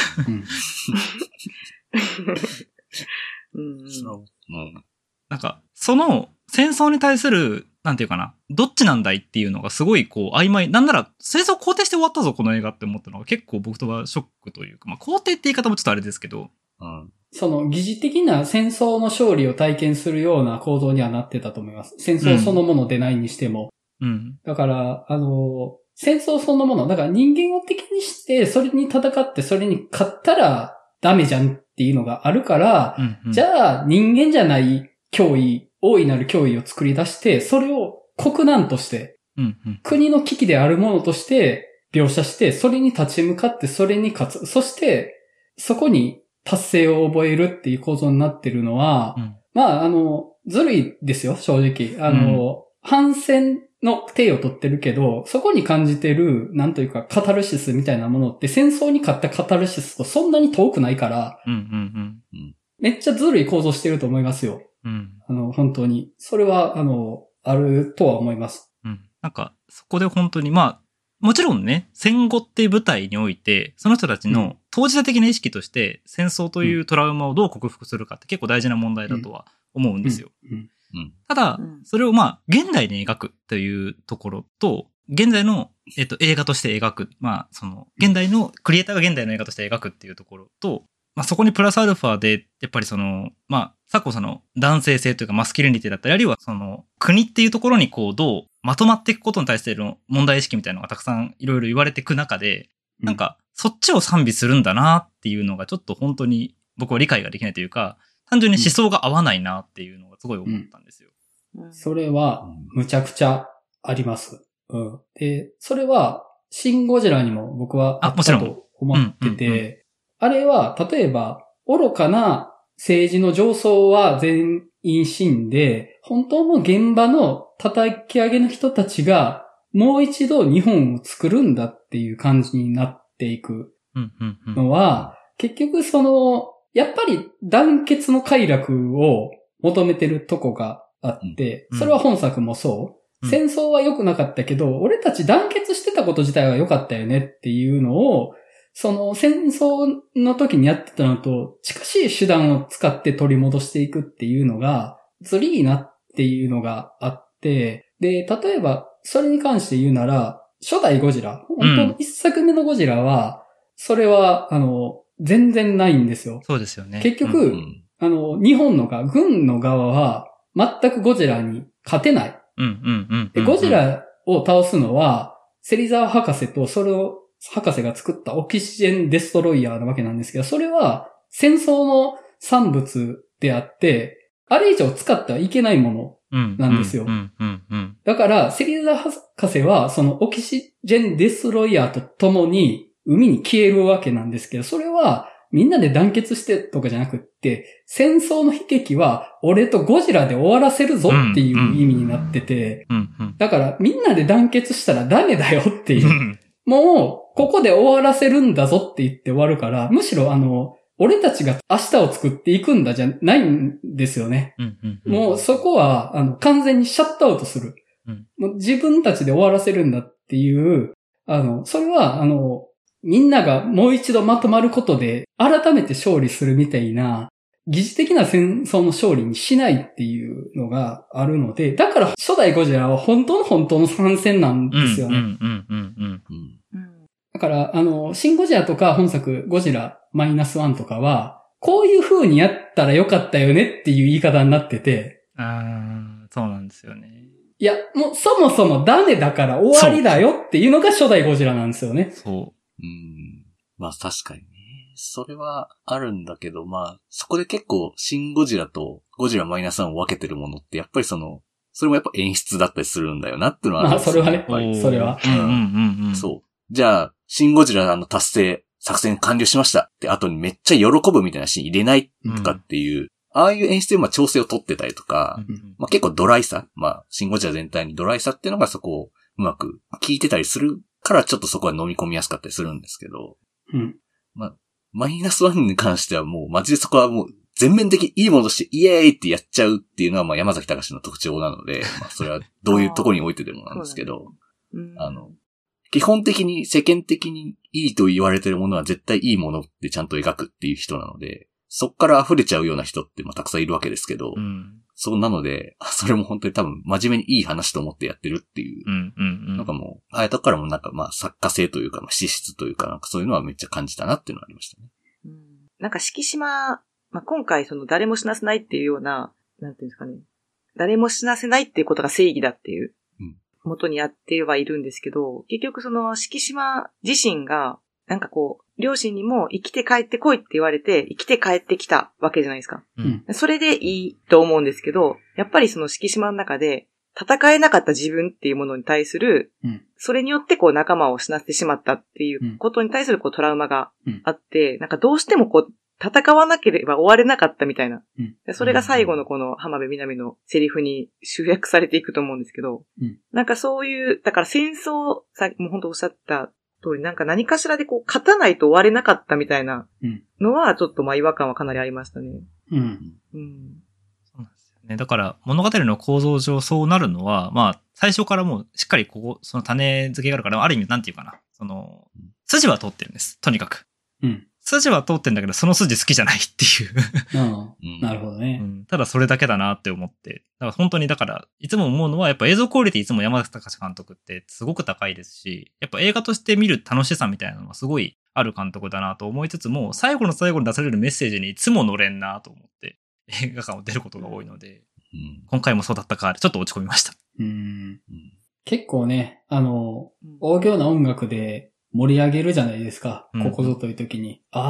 うん、なんか、その戦争に対する、なんていうかな、どっちなんだいっていうのがすごいこう曖昧。なんなら戦争肯定して終わったぞこの映画って思ったのが結構僕とはショックというか、まあ肯定って言い方もちょっとあれですけど、うん、 その疑似的な戦争の勝利を体験するような構造にはなってたと思います。戦争そのものでないにしても。うん。だから、あの、戦争そのもの、だから人間を敵にして、それに戦ってそれに勝ったらダメじゃんっていうのがあるから、うんうん、じゃあ人間じゃない脅威、大いなる脅威を作り出して、それを国難として、うんうん、国の危機であるものとして描写して、それに立ち向かってそれに勝つ。そして、そこに達成を覚えるっていう構造になってるのは、うん、まあ、あの、ずるいですよ、正直。あの、うん、反戦の体を取ってるけど、そこに感じてる、なんというか、カタルシスみたいなものって、戦争に勝ったカタルシスとそんなに遠くないから、うんうんうん、めっちゃずるい構造してると思いますよ。うん、あの、本当に。それは、あの、あるとは思います。 うん。なんか、そこで本当に、まあ、もちろんね、戦後っていう舞台において、その人たちの当事者的な意識として、戦争というトラウマをどう克服するかって結構大事な問題だとは思うんですよ。うんうんうん、ただ、それをまあ、現代に描くというところと、現在の、えっと、映画として描く、まあ、その、現代の、クリエイターが現代の映画として描くっていうところと、まあ、そこにプラスアルファで、やっぱりその、まあ、昨今その男性性というかマスキュリニティだったり、あるいはその国っていうところにこうどうまとまっていくことに対しての問題意識みたいなのがたくさんいろいろ言われていく中で、うん、なんかそっちを賛美するんだなっていうのがちょっと本当に僕は理解ができないというか、 単純に思想が合わないなっていうのがすごい思ったんですよ。 うん、それは、むちゃくちゃあります。うん。で、それは、シン・ゴジラにも僕はあったと思ってて、うんうんうん、あれは、例えば、愚かな政治の上層は全員死んで、本当の現場の叩き上げの人たちが、もう一度日本を作るんだっていう感じになっていくのは、結局その、やっぱり団結の快楽を求めてるとこがあって、それは本作もそう。戦争は良くなかったけど、俺たち団結してたこと自体は良かったよねっていうのを、その戦争の時にやってたのと近しい手段を使って取り戻していくっていうのが、ずりーなっていうのがあって、で、例えば、それに関して言うなら、初代ゴジラ、本当の一作目のゴジラは、それは、あの、全然ないんですよ。 そうですよね。 結局、うんうん、あの、日本のが、軍の側は、全くゴジラに勝てない。 うんうんうんうんうん、 で、ゴジラを倒すのは、芹沢博士とそれを、博士が作ったオキシジェンデストロイヤーなわけなんですけど、それは戦争の産物であって、あれ以上使ってはいけないものなんですよ。だから、芹沢博士はそのオキシジェンデストロイヤーと共に海に消えるわけなんですけど、それはみんなで団結してとかじゃなくって、戦争の悲劇は俺とゴジラで終わらせるぞっていう意味になってて、だからみんなで団結したらダメだよっていう。もう、ここで終わらせるんだぞって言って終わるから、むしろあの、俺たちが明日を作っていくんだじゃないんですよね。もうそこは、あの、完全にシャットアウトする。うん、もう自分たちで終わらせるんだっていう、あの、それは、あの、みんながもう一度まとまることで、改めて勝利するみたいな、疑似的な戦争の勝利にしないっていうのがあるので、だから初代ゴジラは本当の本当の参戦なんですよね。だから、あの、シンゴジラとか本作ゴジラマイナスワンとかは、こういう風にやったらよかったよねっていう言い方になってて。 ああ、そうなんですよね。 いや、もうそもそもダメだから終わりだよっていうのが初代ゴジラなんですよね。 そう。 うん。まあ確かにね。それはあるんだけど、まあ、そこで結構、シンゴジラとゴジラマイナスワンを分けてるものって、やっぱりその、それもやっぱ演出だったりするんだよなっていうのはあるんですよ。 まあ、それはね。それは。 うんうんうんうん。 そう。じゃあ、シンゴジラの達成、作戦完了しましたって後にめっちゃ喜ぶみたいなシーン入れないとかっていう、うん、ああいう演出でまあ調整を取ってたりとか、うん、まあ結構ドライさ、まあ、シンゴジラ全体にドライさっていうのがそこをうまく効いてたりするからちょっとそこは飲み込みやすかったりするんですけど、 うん、 まあ、マイナスワンに関してはもうマジでそこはもう全面的にいいものとしてイエーイってやっちゃうっていうのはまあ山崎隆の特徴なので、まあそれはどういうところにおいてでもなんですけど、あの、基本的に世間的にいいと言われてるものは絶対いいものってちゃんと描くっていう人なので、そっから溢れちゃうような人ってまあたくさんいるわけですけど、うん、そうなので、それも本当に多分真面目にいい話と思ってやってるっていう、 うんうんうん、 なんかもう、ああいうとこからもなんかまあ作家性というか、まあ、資質というかなんかそういうのはめっちゃ感じたなっていうのがありましたね。 うん、なんか敷島、まあ、今回その誰も死なせないっていうような、なんていうんですかね、誰も死なせないっていうことが正義だっていう、元にやってはいるんですけど、結局その敷島自身が、なんかこう、両親にも生きて帰ってこいって言われて、生きて帰ってきたわけじゃないですか。うん、それでいいと思うんですけど、やっぱりその敷島の中で、戦えなかった自分っていうものに対する、うん、それによってこう仲間を死なせてしまったっていうことに対するこうトラウマがあって、うん、なんかどうしてもこう、戦わなければ終われなかったみたいな。うん、それが最後のこの浜辺美波のセリフに集約されていくと思うんですけど、うん、なんかそういう、だから戦争、さもう本当おっしゃった通り、なんか何かしらでこう勝たないと終われなかったみたいなのは、ちょっとまあ違和感はかなりありましたね。 うん。うん。 そうなんですよね。だから物語の構造上そうなるのは、まあ最初からもうしっかりここ、その種付けがあるから、ある意味なんていうかな。その、筋は通ってるんです。とにかく。 うん。 筋は通ってんだけど、その筋好きじゃないっていううん。なるほどね、 うん。ただそれだけだなって思って。だから本当にだから、いつも思うのは、やっぱ映像クオリティいつも山崎隆監督ってすごく高いですし、やっぱ映画として見る楽しさみたいなのはすごいある監督だなと思いつつも、最後の最後に出されるメッセージにいつも乗れんなと思って、映画館を出ることが多いので、うん、今回もそうだったか、ちょっと落ち込みました。 うん。結構ね、あの、大行な音楽で、盛り上げるじゃないですか。ここぞという時に。ああ、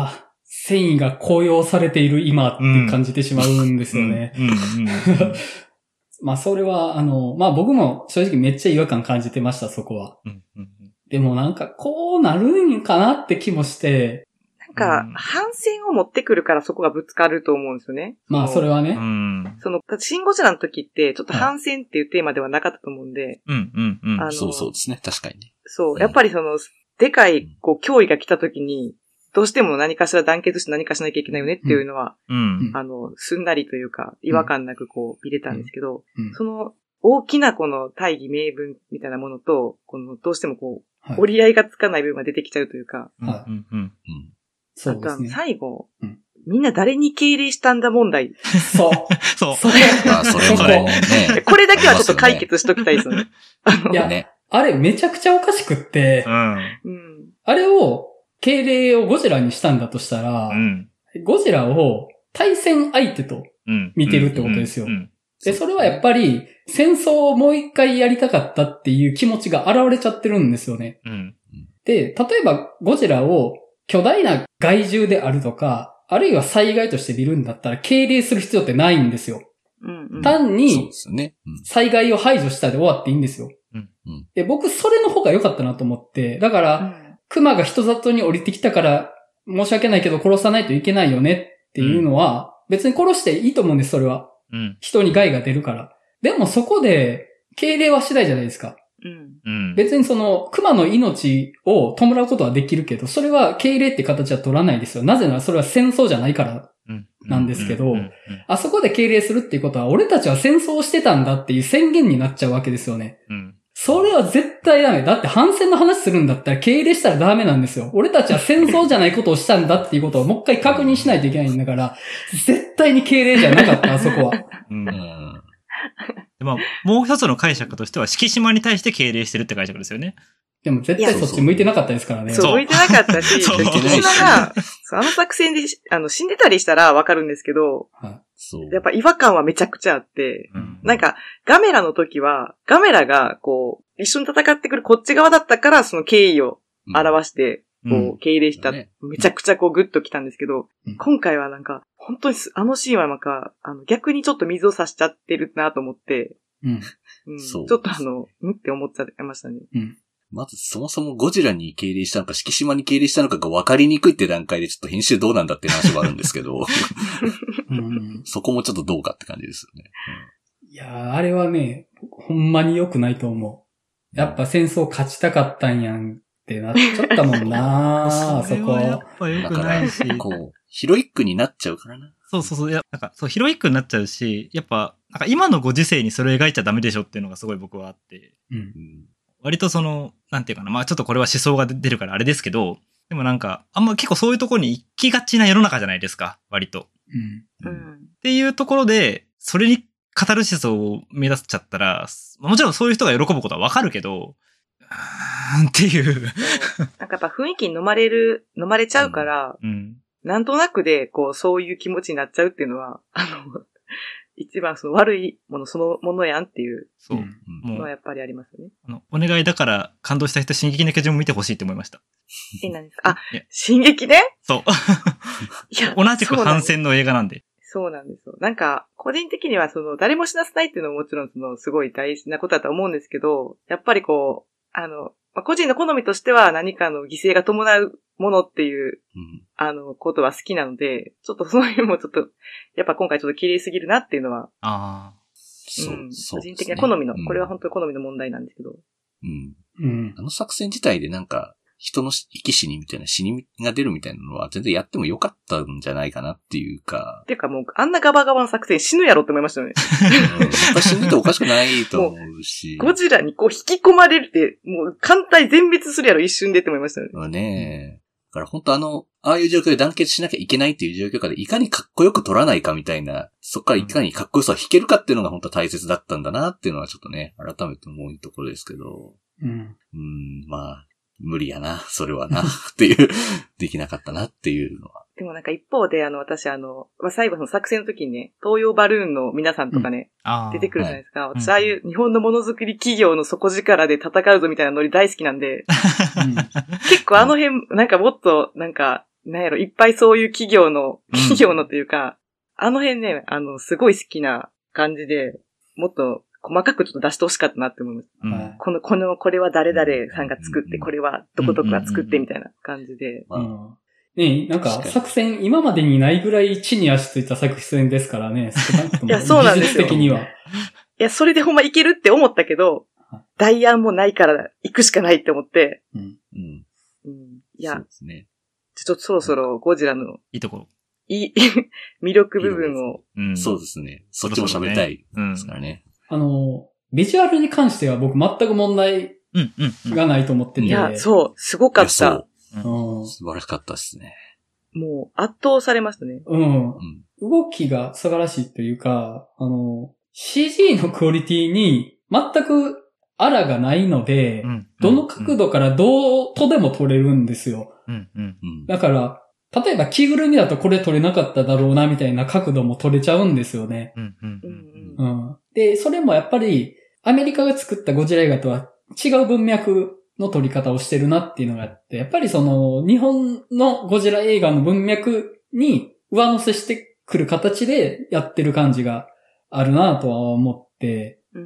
繊維が高揚されている今って感じてしまうんですよね。まあそれは、あの、まあ僕も正直めっちゃ違和感感じてました、そこは。うんうんうん、でもなんかこうなるんかなって気もして、 なんか、反戦を持ってくるからそこがぶつかると思うんですよね。 まあそれはね。 その、シンゴジラの時って、ちょっと反戦っていうテーマではなかったと思うんで。 うんうんうん。 あのそうそうですね、確かにね。 そう、やっぱりその、でかい、こう、脅威が来た時に、どうしても何かしら団結して何かしなきゃいけないよねっていうのは、うん、あの、すんなりというか、違和感なくこう、見れたんですけど、うんうん、その、大きなこの大義名分みたいなものと、この、どうしてもこう、はい、折り合いがつかない部分が出てきちゃうというか、はい。うんうん、あとは最後、うん、みんな誰に敬礼したんだ問題。 そう。 そう。 それ、 まあ、それもね。 これだけはちょっと解決しときたいですよね。 あのいや、ね、あれめちゃくちゃおかしくって、うん、あれを、敬礼をゴジラにしたんだとしたら、うん、ゴジラを対戦相手と見てるってことですよ。で、それはやっぱり戦争をもう一回やりたかったっていう気持ちが現れちゃってるんですよね。うん、で、例えばゴジラを巨大な害獣であるとか、あるいは災害として見るんだったら敬礼する必要ってないんですよ。うんうん、単に災害を排除したで終わっていいんですよ。うんうん、で、僕それの方が良かったなと思って、だから、うん熊が人里に降りてきたから申し訳ないけど殺さないといけないよねっていうのは別に殺していいと思うんです、それは。うん、人に害が出るから。でもそこで敬礼はしないじゃないですか。うん、別にその熊の命を弔うことはできるけど、それは敬礼って形は取らないですよ。なぜならそれは戦争じゃないからなんですけど、あそこで敬礼するっていうことは俺たちは戦争をしてたんだっていう宣言になっちゃうわけですよね。うんそれは絶対ダメ。だって反戦の話するんだったら敬礼したらダメなんですよ。俺たちは戦争じゃないことをしたんだっていうことをもう一回確認しないといけないんだから、絶対に敬礼じゃなかった、あそこは。うん。 まあ、もう一つの解釈としては、敷島に対して敬礼してるって解釈ですよね。 でも絶対そっち向いてなかったですからね。 そう、向いてなかったし、敷島が、あの作戦であの死んでたりしたらわかるんですけど、はいそうやっぱ違和感はめちゃくちゃあって、うん、なんかガメラの時は、ガメラがこう、一緒に戦ってくるこっち側だったから、その敬意を表して、こう、うん、敬礼した、ね、めちゃくちゃこうグッときたんですけど、うん、今回はなんか、本当にあのシーンはなんか、あの逆にちょっと水を差しちゃってるなと思って、うんうん、ちょっとあの、んって思っちゃいましたね。うんまずそもそもゴジラに敬礼したのか、敷島に敬礼したのかが分かりにくいって段階でちょっと編集どうなんだっていう話はあるんですけど、うん、そこもちょっとどうかって感じですよね。 うん、いやー、あれはね、ほんまに良くないと思う。やっぱ戦争勝ちたかったんやんってなっちゃったもんなあそこ。 やっぱ良くないし。 こう、ヒロイックになっちゃうからな。 そうそうそう。いや、なんか、そう、ヒロイックになっちゃうし、やっぱ、なんか今のご時世にそれを描いちゃダメでしょっていうのがすごい僕はあって。うん割とその、なんていうかな、まあちょっとこれは思想が出るからあれですけど、でもなんか、あんま結構そういうところに行きがちな世の中じゃないですか、割と。うん。うん、っていうところで、それにカタルシスを目指しちゃったら、もちろんそういう人が喜ぶことはわかるけど、うーんっていう。 なんかやっぱ雰囲気に飲まれる、飲まれちゃうから、うん、なんとなくで、こう、そういう気持ちになっちゃうっていうのは、あの、一番その悪いものそのものやんっていうのはやっぱりありますよね。 あのお願いだから感動した人、進撃の巨人も見てほしいって思いました。 え、何ですかあ、進撃ねそう。いや同じく反戦の映画なんで。 そうなんですよ。なんか、個人的にはその、誰も死なせないっていうのももちろんその、すごい大事なことだと思うんですけど、やっぱりこう、あの、まあ、個人の好みとしては何かの犠牲が伴うものっていう、うん、あの、ことは好きなので、ちょっとそういうのもちょっと、やっぱ今回ちょっと綺麗すぎるなっていうのは、ああ、うん、個人的な好みの、うん、これは本当に好みの問題なんですけど。 うん。うん。あの作戦自体でなんか、人の生き死にみたいな死にが出るみたいなのは全然やってもよかったんじゃないかなっていうか。 っていうかもう、あんなガバガバの作戦死ぬやろって思いましたよね。 うん、死んでておかしくないと思うし。 ゴジラにこう引き込まれるって、もう艦隊全滅するやろ一瞬でって思いましたよね。 まあねだから本当あの、ああいう状況で団結しなきゃいけないっていう状況下でいかにかっこよく撮らないかみたいな、そっからいかにかっこよさを引けるかっていうのが本当は大切だったんだなっていうのはちょっとね、改めて思うところですけど。うん。うん、まあ。無理やな、それはな、っていう、できなかったなっていうのは。 でもなんか一方で、あの、私あの、まあ、最後の作戦の時にね、東洋バルーンの皆さんとかね、うん、出てくるじゃないですか。はい、私、ああいう日本のものづくり企業の底力で戦うぞみたいなノリ大好きなんで、うん、結構あの辺、なんかもっと、なんか、 なんやろ、いっぱいそういう企業の、企業のというか、うん、あの辺ね、あの、すごい好きな感じで、もっと細かくちょっと出してほしかったなって思います。うん、この、この、これは誰々さんが作って、これはどこどこが作ってみたいな感じで。 うん、ねえ、なんか作戦、今までにないぐらい地に足ついた作戦ですからね。 いや、そうなんですよ。 技術的には。 いや、それでほんまいけるって思ったけど、代案もないから行くしかないって思って。うん。うん。いや、そうですね。ちょっとそろそろゴジラの。 いいところ。 いい、魅力部分を。 うん。そうですね。そっちも喋りたいですからね。 あの、ビジュアルに関しては僕全く問題がないと思ってて。いや、そう、すごかった。 そう。素晴らしかったですね。 もう圧倒されましたね。 うん。動きが素晴らしいというか、あの、シージー のクオリティに全くあらがないので、うん、どの角度からどうとでも撮れるんですよ。うんうんうん、だから、例えば着ぐるみだとこれ撮れなかっただろうなみたいな角度も撮れちゃうんですよね。うんうんうんうん、で、それもやっぱりアメリカが作ったゴジラ映画とは違う文脈の撮り方をしてるなっていうのがあって、やっぱりその日本のゴジラ映画の文脈に上乗せしてくる形でやってる感じがあるなとは思って、うんうん、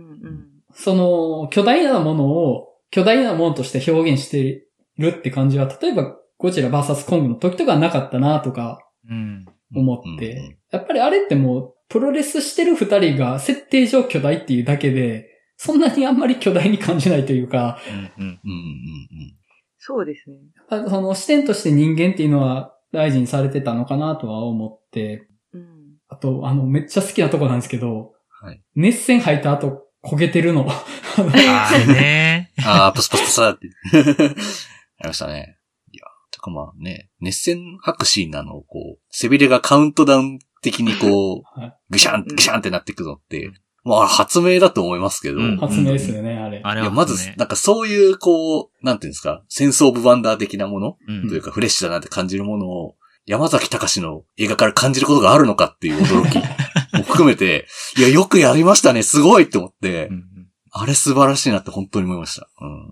その巨大なものを巨大なものとして表現してるって感じは、例えばゴジラ ブイエス コングの時とかなかったなとか思って、うんうんうん、やっぱりあれってもうプロレスしてる二人が設定上巨大っていうだけで、そんなにあんまり巨大に感じないというか、うんうんうんうん、 そうですね。 その視点として人間っていうのは大事にされてたのかなとは思って、うん、あとあのめっちゃ好きなとこなんですけど、はい、熱線吐いた後焦げてるの。 あれね。 ああ、プスプスプスって。ありましたね。いや、てかまあね、熱線吐くシーンなのをこう、背びれがカウントダウン的にこう、ぐしゃん、ぐしゃんってなっていくのって、まあ発明だと思いますけど。うん、 発明ですよね、あれ。 あれは、 ね。いや、まず、なんかそういうこう、なんていうんですか、センスオブワンダー的なもの、うん、というかフレッシュだなって感じるものを、山崎隆の映画から感じることがあるのかっていう驚きも含めて、いや、よくやりましたね、すごいって思って、うんうん、あれ素晴らしいなって本当に思いました。うんうん、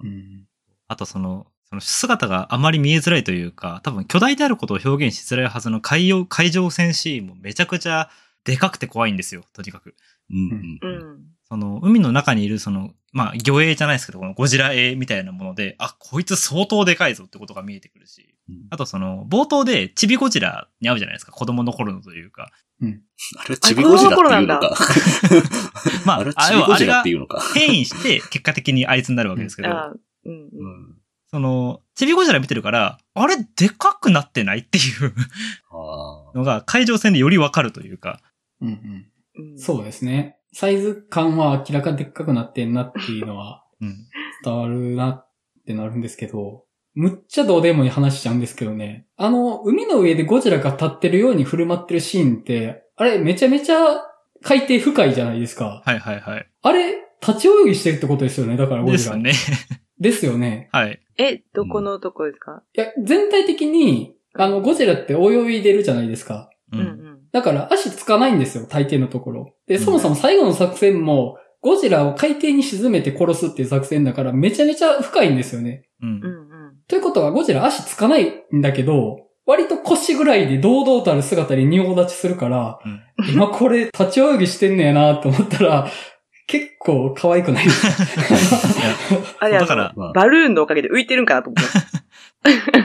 あとその、その姿があまり見えづらいというか、多分巨大であることを表現しづらいはずの海洋、海上戦シーンもめちゃくちゃでかくて怖いんですよ、とにかく。うんうんうん、その海の中にいるその、まあ魚影じゃないですけど、このゴジラ影みたいなもので、あ、こいつ相当でかいぞってことが見えてくるし、うん、あとその冒頭でチビゴジラに会うじゃないですか、子供の頃のというか。 うん、あれチビゴジラっていうのか。 まあ、 あれチビゴジラっていうのか。 変異して結果的にあいつになるわけですけど、うんうんうん、そのチビゴジラ見てるから、あれでかくなってないっていうのが海上戦でよりわかるというか。 うんうん、そうですね。サイズ感は明らかにでっかくなってんなっていうのは伝わるなってなるんですけど、むっちゃどうでもいい話しちゃうんですけどね。あの、海の上でゴジラが立ってるように振る舞ってるシーンって、あれめちゃめちゃ海底深いじゃないですか。 はいはいはい。 あれ、立ち泳ぎしてるってことですよね。だからゴジラ。 ですよね。 ですよね。 はい。 え、どこのとこですか？ いや、全体的に、あの、ゴジラって泳いでるじゃないですか。うんうん。だから足つかないんですよ、大抵のところ。で、そもそも最後の作戦も、ゴジラを海底に沈めて殺すっていう作戦だから、めちゃめちゃ深いんですよね。うん。ということは、ゴジラ足つかないんだけど、割と腰ぐらいで堂々とある姿に仁王立ちするから、うん、今これ立ち泳ぎしてんねやなと思ったら、結構可愛くないですか？ あれ、だから、バルーンのおかげで浮いてるんかなと思って。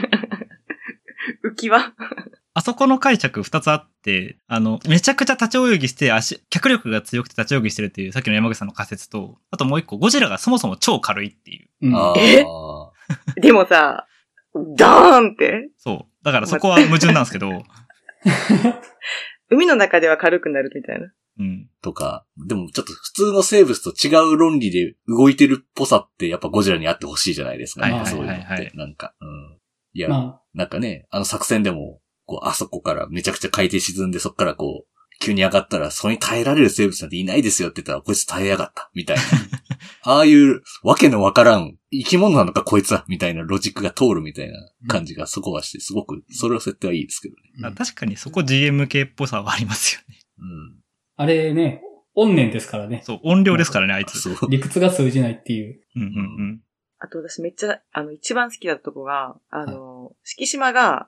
浮き輪あそこの解釈二つあって、あの、めちゃくちゃ立ち泳ぎして足、脚力が強くて立ち泳ぎしてるっていうさっきの山口さんの仮説と、あともう一個、ゴジラがそもそも超軽いっていう。 うん、えでもさ、ダーンって。 そう。だからそこは矛盾なんですけど。 海の中では軽くなるみたいな。 うん。とか、でもちょっと普通の生物と違う論理で動いてるっぽさってやっぱゴジラにあってほしいじゃないですか。はいはいはいはい、そういうのって。なんか、うん。いや、まあ、なんかね、あの作戦でも、こう、あそこからめちゃくちゃ海底沈んで、そこからこう、急に上がったら、それに耐えられる生物なんていないですよって言ったら、こいつ耐えやがった、みたいな。ああいうわけのわからん、生き物なのかこいつは、みたいなロジックが通るみたいな感じがそこはして、すごく、それの設定はいいですけどね。 うん、確かにそこ ジーエム 系っぽさはありますよね。 うん。あれね、怨念ですからね。 そう、怨霊ですからね、あいつ。 理屈が通じないっていう。 うんうんうん。 あと私めっちゃ、あの、一番好きだったとこが、あの、はい、敷島が、はい、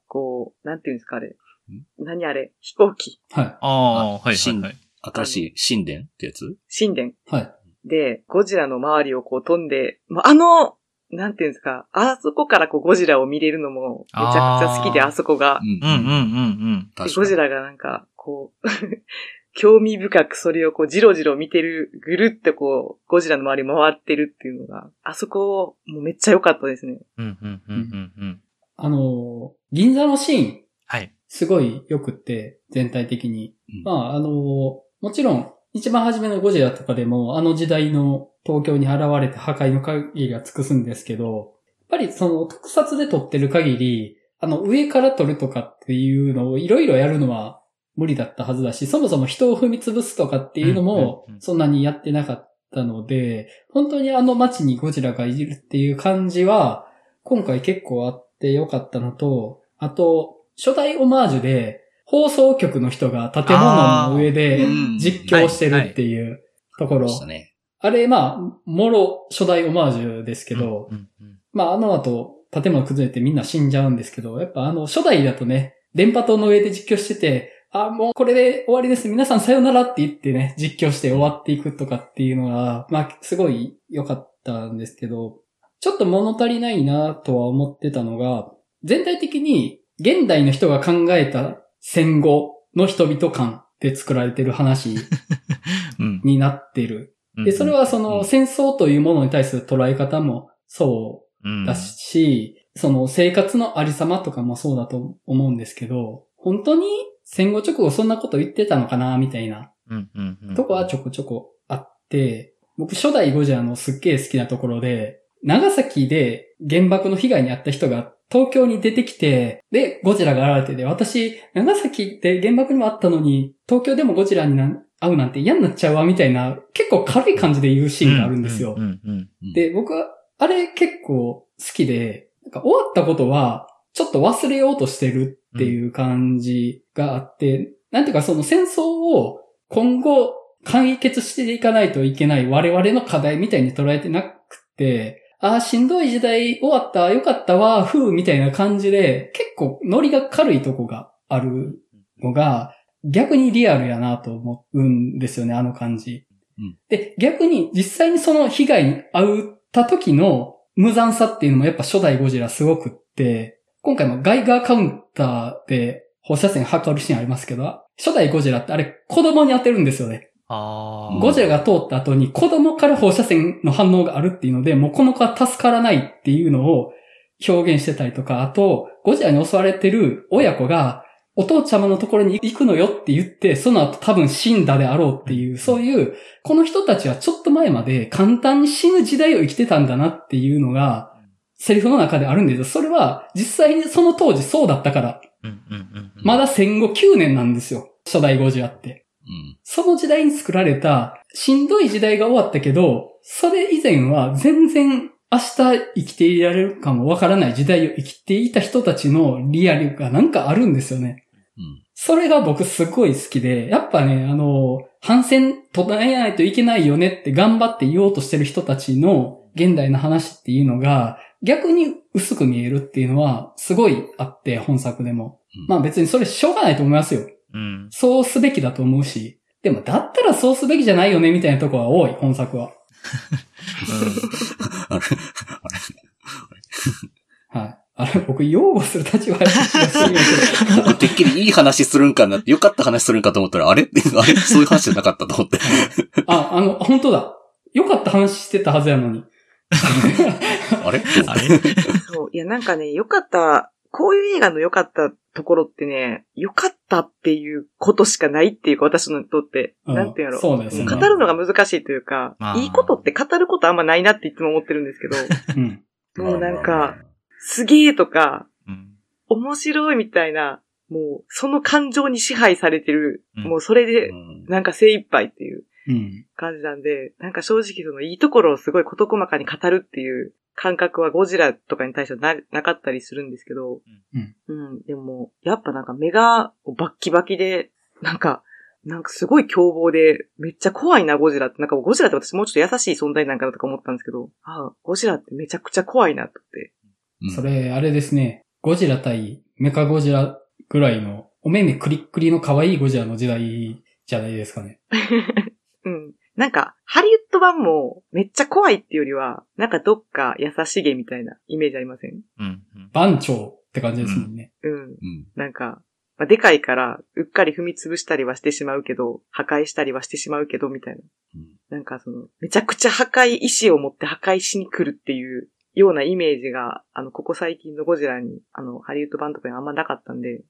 こう、なんていうんですかあれ。何あれ飛行機。 はい。 ああ、はいはいはい。 新しい神殿ってやつ？ 神殿。 はい。 で、ゴジラの周りをこう飛んで、あの、なんていうんですか、あそこからこうゴジラを見れるのもめちゃくちゃ好きで、あそこが。 うんうんうんうん。 でゴジラがなんか、こう、興味深くそれをこう、じろじろ見てる、ぐるってこう、ゴジラの周り回ってるっていうのが、あそこ、もうめっちゃ良かったですね。 うんうんうんうんうん。 あの、銀座のシーン。 はい。 すごい良くって、全体的に。うん、まあ、あの、もちろん、一番初めのゴジラとかでも、あの時代の東京に現れて破壊の限りが尽くすんですけど、やっぱりその特撮で撮ってる限り、あの上から撮るとかっていうのをいろいろやるのは無理だったはずだし、そもそも人を踏み潰すとかっていうのもそんなにやってなかったので、本当にあの街にゴジラがいるっていう感じは、今回結構あってよかったのと、あと、初代オマージュで、放送局の人が建物の上で実況してるっていうところ。あ, ね、あれ、まあ、もろ初代オマージュですけど、うんうんうん、まあ、あの後、建物崩れてみんな死んじゃうんですけど、やっぱあの、初代だとね、電波塔の上で実況してて、あ、もうこれで終わりです。皆さんさよならって言ってね、実況して終わっていくとかっていうのが、まあ、すごい良かったんですけど、ちょっと物足りないなとは思ってたのが、全体的に現代の人が考えた戦後の人々感で作られてる話になってる。うん、で、それはその戦争というものに対する捉え方もそうだし、うん、その生活のありさまとかもそうだと思うんですけど、本当に戦後直後そんなこと言ってたのかなみたいなとこはちょこちょこあって、僕初代ゴジラのすっげえ好きなところで、長崎で原爆の被害に遭った人が東京に出てきて、で、ゴジラが現れてて、私、長崎で原爆にもあったのに、東京でもゴジラに会うなんて嫌になっちゃうわ、みたいな、結構軽い感じで言うシーンがあるんですよ。で、僕は、あれ結構好きで、なんか終わったことは、ちょっと忘れようとしてるっていう感じがあって、うん、なんていうかその戦争を今後解決していかないといけない我々の課題みたいに捉えてなくて、ああ、しんどい時代終わった、よかったわ、ふうみたいな感じで、結構ノリが軽いとこがあるのが、逆にリアルやなと思うんですよね、あの感じ。うん、で、逆に実際にその被害に遭った時の無残さっていうのもやっぱ初代ゴジラすごくって、今回もガイガーカウンターで放射線測るシーンありますけど、初代ゴジラってあれ子供に当てるんですよね。 あゴジラが通った後に子供から放射線の反応があるっていうので、もうこの子は助からないっていうのを表現してたりとか、あと、ゴジラに襲われてる親子がお父ちゃまのところに行くのよって言って、その後多分死んだであろうっていう、そういう、この人たちはちょっと前まで簡単に死ぬ時代を生きてたんだなっていうのが、セリフの中であるんですよ。それは実際にその当時そうだったから。まだ戦後きゅうねんなんですよ。初代ゴジラって。うん、その時代に作られた、しんどい時代が終わったけど、それ以前は全然明日生きていられるかもわからない時代を生きていた人たちのリアルがなんかあるんですよね。うん、それが僕すごい好きで、やっぱね、あの、反戦唱えないといけないよねって頑張って言おうとしてる人たちの現代の話っていうのが、逆に薄く見えるっていうのはすごいあって、本作でも。うん、まあ別にそれしょうがないと思いますよ。うん、そうすべきだと思うし、でもだったらそうすべきじゃないよねみたいなところは多い、本作は。うん、あれあれはい。あれ、僕、擁護する立場や僕、てっきりいい話するんかなって、良かった話するんかと思ったら、あれって、あれそういう話じゃなかったと思って。 あ、あの、本当だ。良かった話してたはずやのに。 あれあれそう。いや、なんかね、良かった、こういう映画の良かったところってね、良かったっていうことしかないっていうか、私にとって、うん、なんていうの、 そうですね。 語るのが難しいというか、いいことって語ることあんまないなっていつも思ってるんですけど、うん、もうなんか、すげーとか、うん、面白いみたいな、もうその感情に支配されてる、うん、もうそれでなんか精一杯っていう感じなんで、うん、なんか正直そのいいところをすごい事細かに語るっていう感覚はゴジラとかに対しては な, なかったりするんですけど、うんうん、でもやっぱなんか目がバッキバキで、なんかなんかすごい凶暴で、めっちゃ怖いな、ゴジラって。なんかゴジラって私もうちょっと優しい存在なんかなとか思ったんですけど、ああ、ゴジラってめちゃくちゃ怖いなって。 それ、あれですね。 ゴジラ対メカゴジラぐらいの、お目目クリックリの可愛いゴジラの時代じゃないですかね。 うん。なんか、ハリウッド版もめっちゃ怖いっていうよりは、なんかどっか優しげみたいなイメージありません？ うん。 番長って感じですもんね。 うん。うん。なんか、まあ、でかいから、うっかり踏み潰したりはしてしまうけど、破壊したりはしてしまうけど、みたいな。うん、なんかその、めちゃくちゃ破壊意志を持って破壊しに来るっていうようなイメージが、あの、ここ最近のゴジラに、あの、ハリウッド版とかにあんまなかったんで、うん、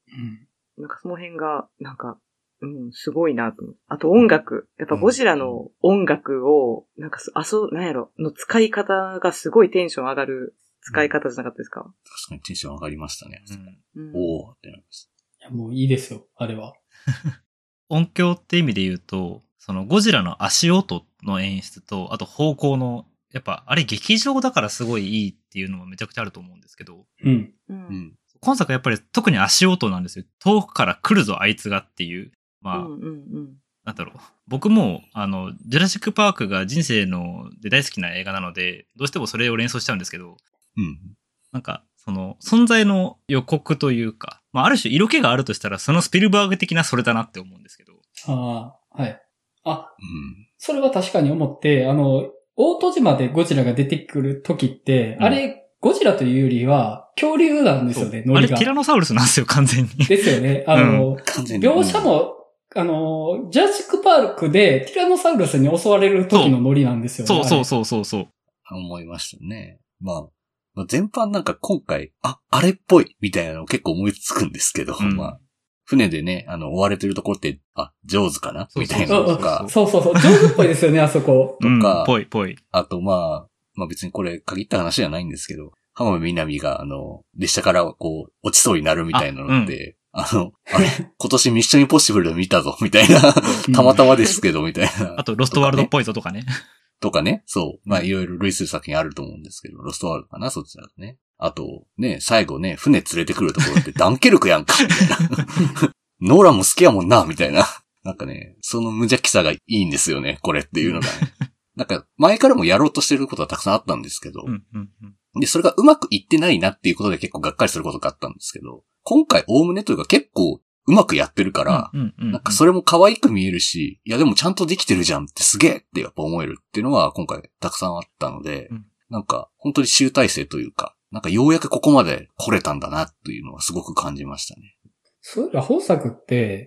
なんかその辺が、なんか、うん、すごいなと思う。あと音楽。やっぱゴジラの音楽を、なんか、あ、そう、なんやろ、の使い方がすごいテンション上がる使い方じゃなかったですか？確かにテンション上がりましたね。うん、おーってなりました。 いや、もういいですよ、あれは。 音響って意味で言うと、そのゴジラの足音の演出と、あと方向の、やっぱあれ劇場だからすごいいいっていうのもめちゃくちゃあると思うんですけど。うん。うん。今作はやっぱり特に足音なんですよ。遠くから来るぞあいつがっていう。まあ、うんうんうん、なんだろう。僕も、あの、ジュラシックパークが人生ので大好きな映画なので、どうしてもそれを連想しちゃうんですけど、うん。なんか、その、存在の予告というか、まあ、ある種色気があるとしたら、そのスピルバーグ的なそれだなって思うんですけど。 ああ、はい。あ、うん、それは確かに思って、あの、大戸島でゴジラが出てくる時って、うん、あれ、ゴジラというよりは、恐竜なんですよね、ノリが。 あれ、ティラノサウルスなんですよ、完全に。 ですよね。あの、うん、描写も、あの、ジュラシックパークでティラノサウルスに襲われる時のノリなんですよね。 そうそうそうそうそう。 思いましたね。まあ、全般なんか今回、あ、あれっぽいみたいなの結構思いつくんですけど、うん、まあ、船でね、あの、追われてるところって、あ、ジョーズかなみたいなのとか。 そうそうそう、ジョーズっぽいですよね、あそこ。 とか、 うん、ぽいぽい。 あとまあ、まあ別にこれ限った話じゃないんですけど、浜辺美波があの、列車からこう、落ちそうになるみたいなのって、あ,、うん、あの、あれ、今年ミッションインポッシブル見たぞ、みたいな。たまたまですけど、みたいな。 あと、ロストワールドっぽいぞとかね。 とかね。そう。まあ、いろいろ類する作品あると思うんですけど、ロストワールドかな、そっちだとね。あと、ね、最後ね、船連れてくるところってダンケルクやんか、みたいな。ノーランも好きやもんな、みたいな。なんかね、その無邪気さがいいんですよね、これっていうのがね。なんか、前からもやろうとしてることはたくさんあったんですけど、うんうんうん、で、それがうまくいってないなっていうことで結構がっかりすることがあったんですけど、今回おおむねというか結構うまくやってるから、うんうんうんうん、なんかそれも可愛く見えるし、いやでもちゃんとできてるじゃんってすげえってやっぱ思えるっていうのは今回たくさんあったので、うん、なんか本当に集大成というか、なんかようやくここまで来れたんだなっていうのはすごく感じましたね。 そういえば本作って、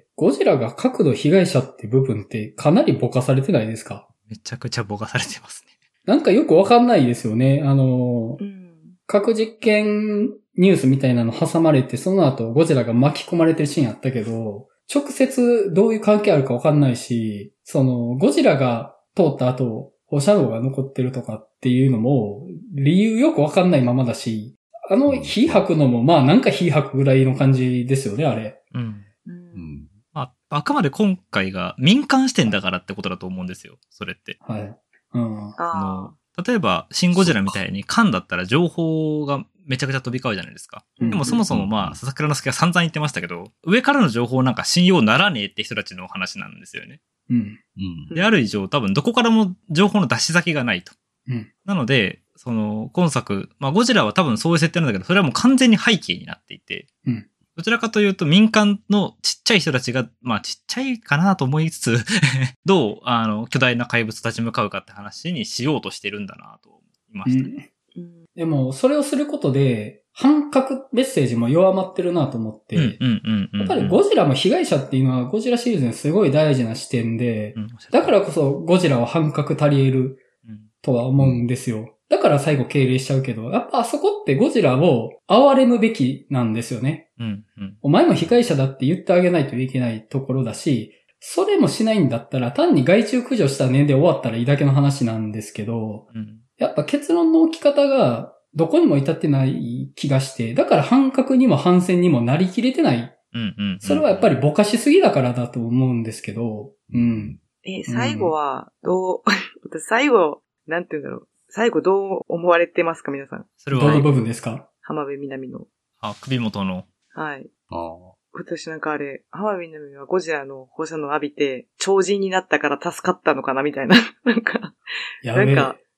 ゴジラが角度被害者って部分ってかなりぼかされてないですか？ めちゃくちゃぼかされてますね。 なんかよくわかんないですよね。あの、うん、核実験ニュースみたいなの挟まれて、その後ゴジラが巻き込まれてるシーンあったけど、直接どういう関係あるかわかんないし、その、ゴジラが通った後、放射能が残ってるとかっていうのも、理由よくわかんないままだし、あの火吐くのも、まあなんか火吐くぐらいの感じですよね、あれ。うん。 うん、まあ、あくまで今回が民間視点だからってことだと思うんですよ、それって。はい。うん。あの例えば、シン・ゴジラみたいに缶だったら情報がめちゃくちゃ飛び交うじゃないですか。でもそもそもまあ、佐々木蔵之介が散々言ってましたけど、上からの情報なんか信用ならねえって人たちの話なんですよね。うん。で、ある以上多分どこからも情報の出し先がないと。うん。なので、その、今作、まあゴジラは多分そういう設定なんだけど、それはもう完全に背景になっていて、うん。どちらかというと民間のちっちゃい人たちが、まあちっちゃいかなと思いつつ、どう、あの、巨大な怪物立ち向かうかって話にしようとしてるんだなと思いましたね。 うん、でも、それをすることで、反核メッセージも弱まってるなと思って、やっぱりゴジラも被害者っていうのはゴジラシリーズにすごい大事な視点で、うん、だからこそゴジラは反核足り得るとは思うんですよ。うんだから最後敬礼しちゃうけど、やっぱあそこってゴジラを憐れむべきなんですよね。うんうん、お前も被害者だって言ってあげないといけないところだし、それもしないんだったら単に害虫駆除した年で終わったらいいだけの話なんですけど、うん、やっぱ結論の置き方がどこにも至ってない気がして、だから反核にも反戦にもなりきれてない。うんうんうん、それはやっぱりぼかしすぎだからだと思うんですけど、うん。 え、最後はどう、うん、最後、なんて言うんだろう。最後どう思われてますか皆さん。 それは。どの部分ですか？ 浜辺美波の。 あ、首元の。 はい。ああ。私なんかあれ、浜辺美波はゴジラの放射能を浴びて、超人になったから助かったのかなみたいな。なんか、なんか、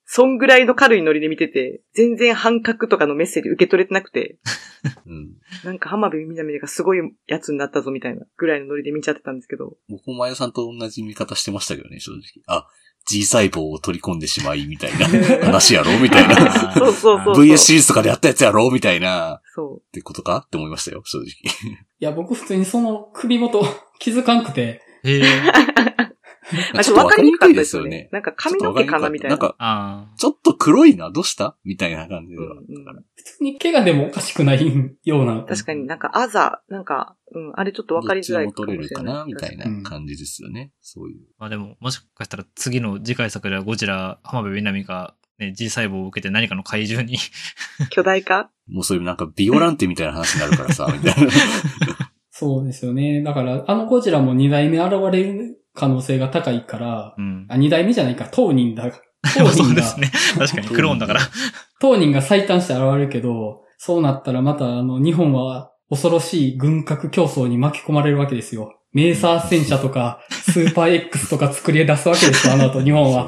そんぐらいの軽いノリで見てて、全然半角とかのメッセージ受け取れてなくて、うん、なんか浜辺美波がすごいやつになったぞみたいなぐらいのノリで見ちゃってたんですけど。 僕も前田さんと同じ見方してましたけどね、正直。あ、G 細胞を取り込んでしまいみたいな話やろみたいな。 そうそうそうそう。 ブイエス シリーズとかでやったやつやろみたいな。 そう。 ってことかって思いましたよ、正直。いや、僕普通にその首元気づかんくて。 へー。 あ、ちょっとわかりにくかったですよね。なんか髪の毛かなみたいな。 なんか、ちょっと黒いな、どうしたみたいな感じで、うんうん。 普通に怪我でもおかしくないような。 確かになんかあざ、なんか、うん、あれちょっとわかりづらいかもしれない。 どっちも取れるかなみたいな感じですよね。うん、そういう。 まあでも、もしかしたら次の次回作ではゴジラ、浜辺美波が、ね、G 細胞を受けて何かの怪獣に。 巨大化もうそういうなんかビオランテみたいな話になるからさ、みたいな。 そうですよね。だから、あのゴジラもに代目現れる可能性が高いから、うん、あ、に代目じゃないか、当人だ。 当人そうですね。確かにクローンだから。 当人が最短して現れるけど、そうなったらまたあの、日本は恐ろしい軍拡競争に巻き込まれるわけですよ。メーサー戦車とか、スーパー X とか作り出すわけですよ、あの後日本は。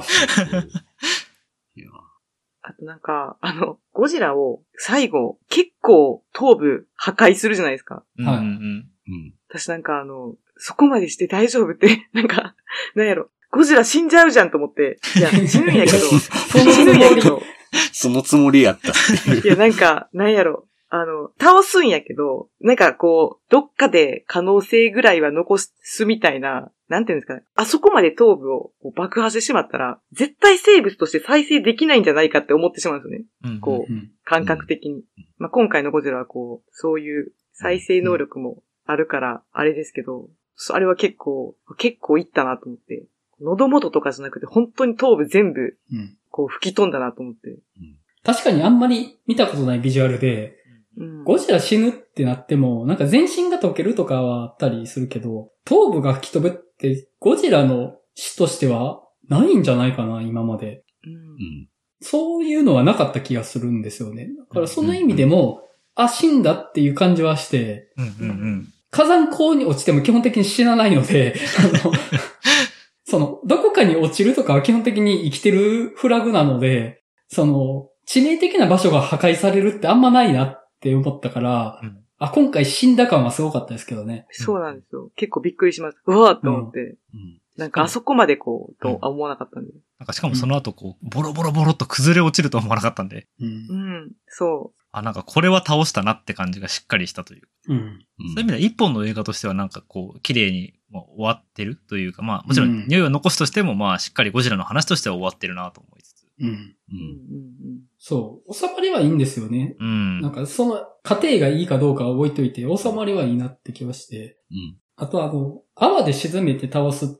あとなんか、あの、ゴジラを最後、結構頭部破壊するじゃないですか。 はい。 うん私なんかあの、そこまでして大丈夫って、なんか、なんやろ、ゴジラ死んじゃうじゃんと思って、いや、死ぬんやけど、死ぬんやけど、 そのつもりやった。 いや、なんか、なんやろ、あの、倒すんやけど、なんかこう、どっかで可能性ぐらいは残すみたいな、なんていうんですかね。あそこまで頭部を爆破してしまったら、絶対生物として再生できないんじゃないかって思ってしまうんですよね。うん、こう、感覚的に。うん、まあ、今回のゴジラはこう、そういう再生能力もあるから、あれですけど、あれは結構、結構いったなと思って。喉元とかじゃなくて、本当に頭部全部、こう吹き飛んだなと思って。うん、 確かにあんまり見たことないビジュアルで、うん、ゴジラ死ぬってなっても、なんか全身が溶けるとかはあったりするけど、頭部が吹き飛ぶって、ゴジラの死としてはないんじゃないかな、今まで。うん、そういうのはなかった気がするんですよね。だからその意味でも、うん、あ、死んだっていう感じはして、うんうんうん、火山口に落ちても基本的に死なないので、あのその、どこかに落ちるとかは基本的に生きてるフラグなので、その、致命的な場所が破壊されるってあんまないなって思ったから、うん、あ、今回死んだ感はすごかったですけどね。 そうなんですよ。結構びっくりします。うわーって思って。うんうん、なんかあそこまでこう、とは思わなかったんで。 なんかしかもその後こう、ボロボロボロっと崩れ落ちるとは思わなかったんで。 うん。うん、そう。 あ、なんかこれは倒したなって感じがしっかりしたという。うん。そういう意味では一本の映画としてはなんかこう、綺麗にもう終わってるというか、まあもちろん匂いを残すとしても、まあしっかりゴジラの話としては終わってるなと思いつつ。うん。うん。 そう。収まりはいいんですよね。うん。なんかその過程がいいかどうかは置いといて、収まりはいいなって気はして。うん。あとあの、泡で沈めて倒すって、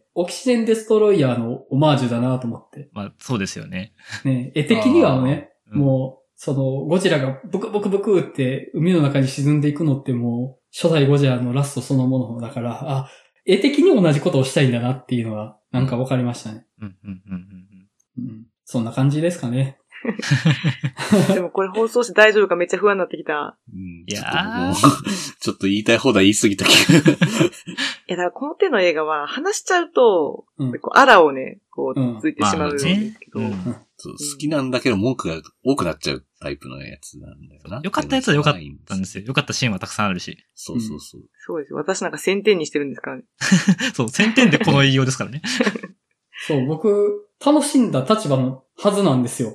オキシジェンデストロイヤーのオマージュだなと思って。 まあそうですよね。 ね、絵的にはね、もう、その、ゴジラがブクブクブクって海の中に沈んでいくのってもう、初代ゴジラのラストそのものだから、あ、絵的に同じことをしたいんだなっていうのは、なんかわかりましたね。うん、うん、うん、うん。そんな感じですかね。 でもこれ放送して大丈夫かめっちゃ不安になってきた。 うん、いやー。ちょっと言いたい放題言い過ぎたけど。いや、だからこの手の映画は話しちゃうと、うん、こう、あらをね、こう、ついてしまうんですけど。うんまあねうんそう好きなんだけど文句が多くなっちゃうタイプのやつなんだよな。 よかったやつはよかったんですよ。よかったシーンはたくさんあるし。 そうそうそう。うん、 そうですよ。私なんかせんてんにしてるんですからね。 そう、せんてんでこの言いようですからね。 そう、僕、楽しんだ立場のはずなんですよ。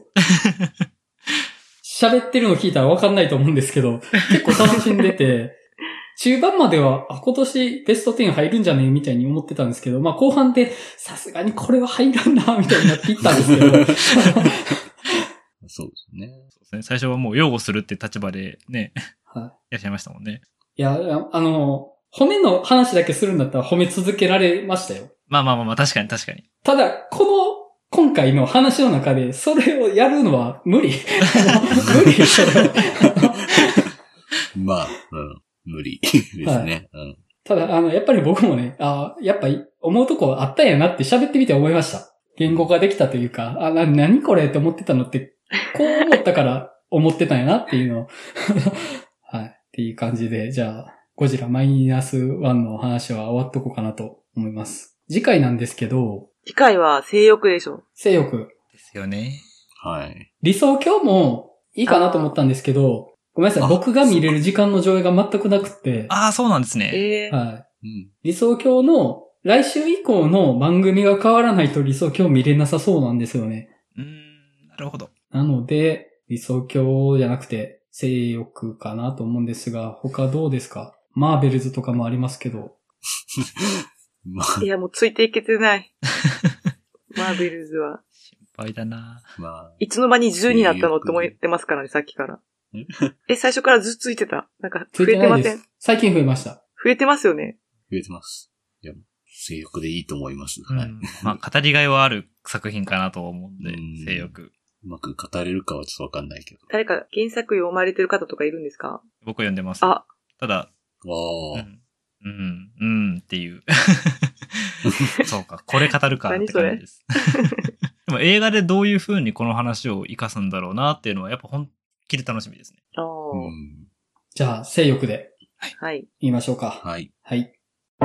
喋ってるの聞いたらわかんないと思うんですけど、結構楽しんでて、中盤までは、あ、今年ベストじゅう入るんじゃねえみたいに思ってたんですけど、まあ後半で、さすがにこれは入らんな、みたいになっていったんですけど。 そうですね。 そうですね。最初はもう擁護するって立場でね、はい。いらっしゃいましたもんね。 いや、あの、褒めの話だけするんだったら褒め続けられましたよ。 まあまあまあまあ、確かに確かに。 ただ、この、今回の話の中で、それをやるのは無理。無理、それは。 まあ、うん。無理ですね、はいうん。ただ、あの、やっぱり僕もね、あやっぱり思うとこあったんやなって喋ってみて思いました。言語化できたというか、あ、な、何これって思ってたのって、こう思ったから思ってたんやなっていうのを、はい。っていう感じで、じゃあ、ゴジラマイナスワンの話は終わっとこうかなと思います。次回なんですけど、 次回は性欲でしょ。 性欲。 ですよね。 はい。 理想郷もいいかなと思ったんですけど、ごめんなさい、僕が見れる時間の上映が全くなくて。 ああ、そうなんですね。 えー、 はい、うん。理想郷の来週以降の番組が変わらないと理想郷見れなさそうなんですよね。 うーん、なるほど。 なので、理想郷じゃなくて、性欲かなと思うんですが、他どうですか？マーベルズとかもありますけど。 いや、もうついていけてない。マーベルズは。 心配だな。 まあ、 いつの間にじゅうになったのって思ってますからね、さっきから。え、最初からずっとついてた。なんか、増えてません？ 最近増えました。 増えてますよね。 増えてます。いや、性欲でいいと思います。 うん、はい。まあ、語りがいはある作品かなと思うんで、うん性欲。 うまく語れるかはちょっとわかんないけど。 誰か原作読まれてる方とかいるんですか？ 僕読んでます。 あ。 ただ、 ああ、 うん、うん、うんっていう。そうか、これ語るかって感じです。でも映画でどういう風にこの話を活かすんだろうなっていうのはやっぱ本気で楽しみですね。 ああ、 うん。 じゃあ、性欲で。 はい。 言いましょうか。 はい。 はい。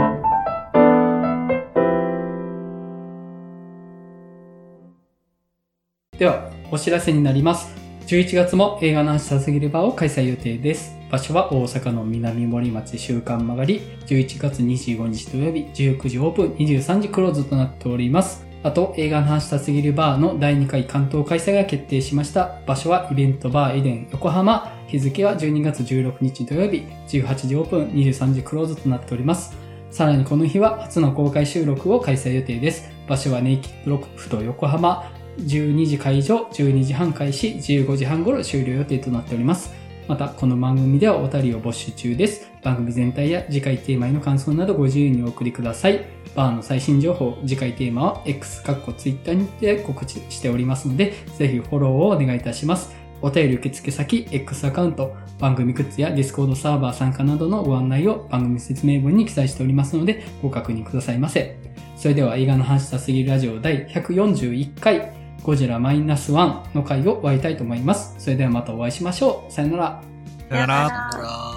では、お知らせになります。じゅういちがつも映画の話さすぎる場を開催予定です。場所は大阪の南森町週刊曲がり、じゅういちがつにじゅうごにち土曜日、じゅうくじオープン、にじゅうさんじクローズとなっております。あと、映画の話さすぎるバーのだいにかい関東開催が決定しました。場所はイベントバーエデン横浜。日付はじゅうにがつじゅうろくにち土曜日、じゅうはちじオープン、にじゅうさんじクローズとなっております。さらにこの日は初の公開収録を開催予定です。場所はネイキッドロフト横浜。じゅうにじ開場、じゅうにじはん開始、じゅうごじはん頃終了予定となっております。また、この番組ではお便りを募集中です。番組全体や次回テーマへの感想などご自由にお送りください。バーの最新情報、次回テーマは X、Twitter にて告知しておりますので、ぜひフォローをお願いいたします。お便り受付先、X アカウント、番組グッズや Discord サーバー参加などのご案内を番組説明文に記載しておりますので、ご確認くださいませ。それでは映画の話したすぎるラジオだいひゃくよんじゅういっかい、ゴジラマイナスワンの回を終わりたいと思います。それではまたお会いしましょう。さよなら。 さよなら。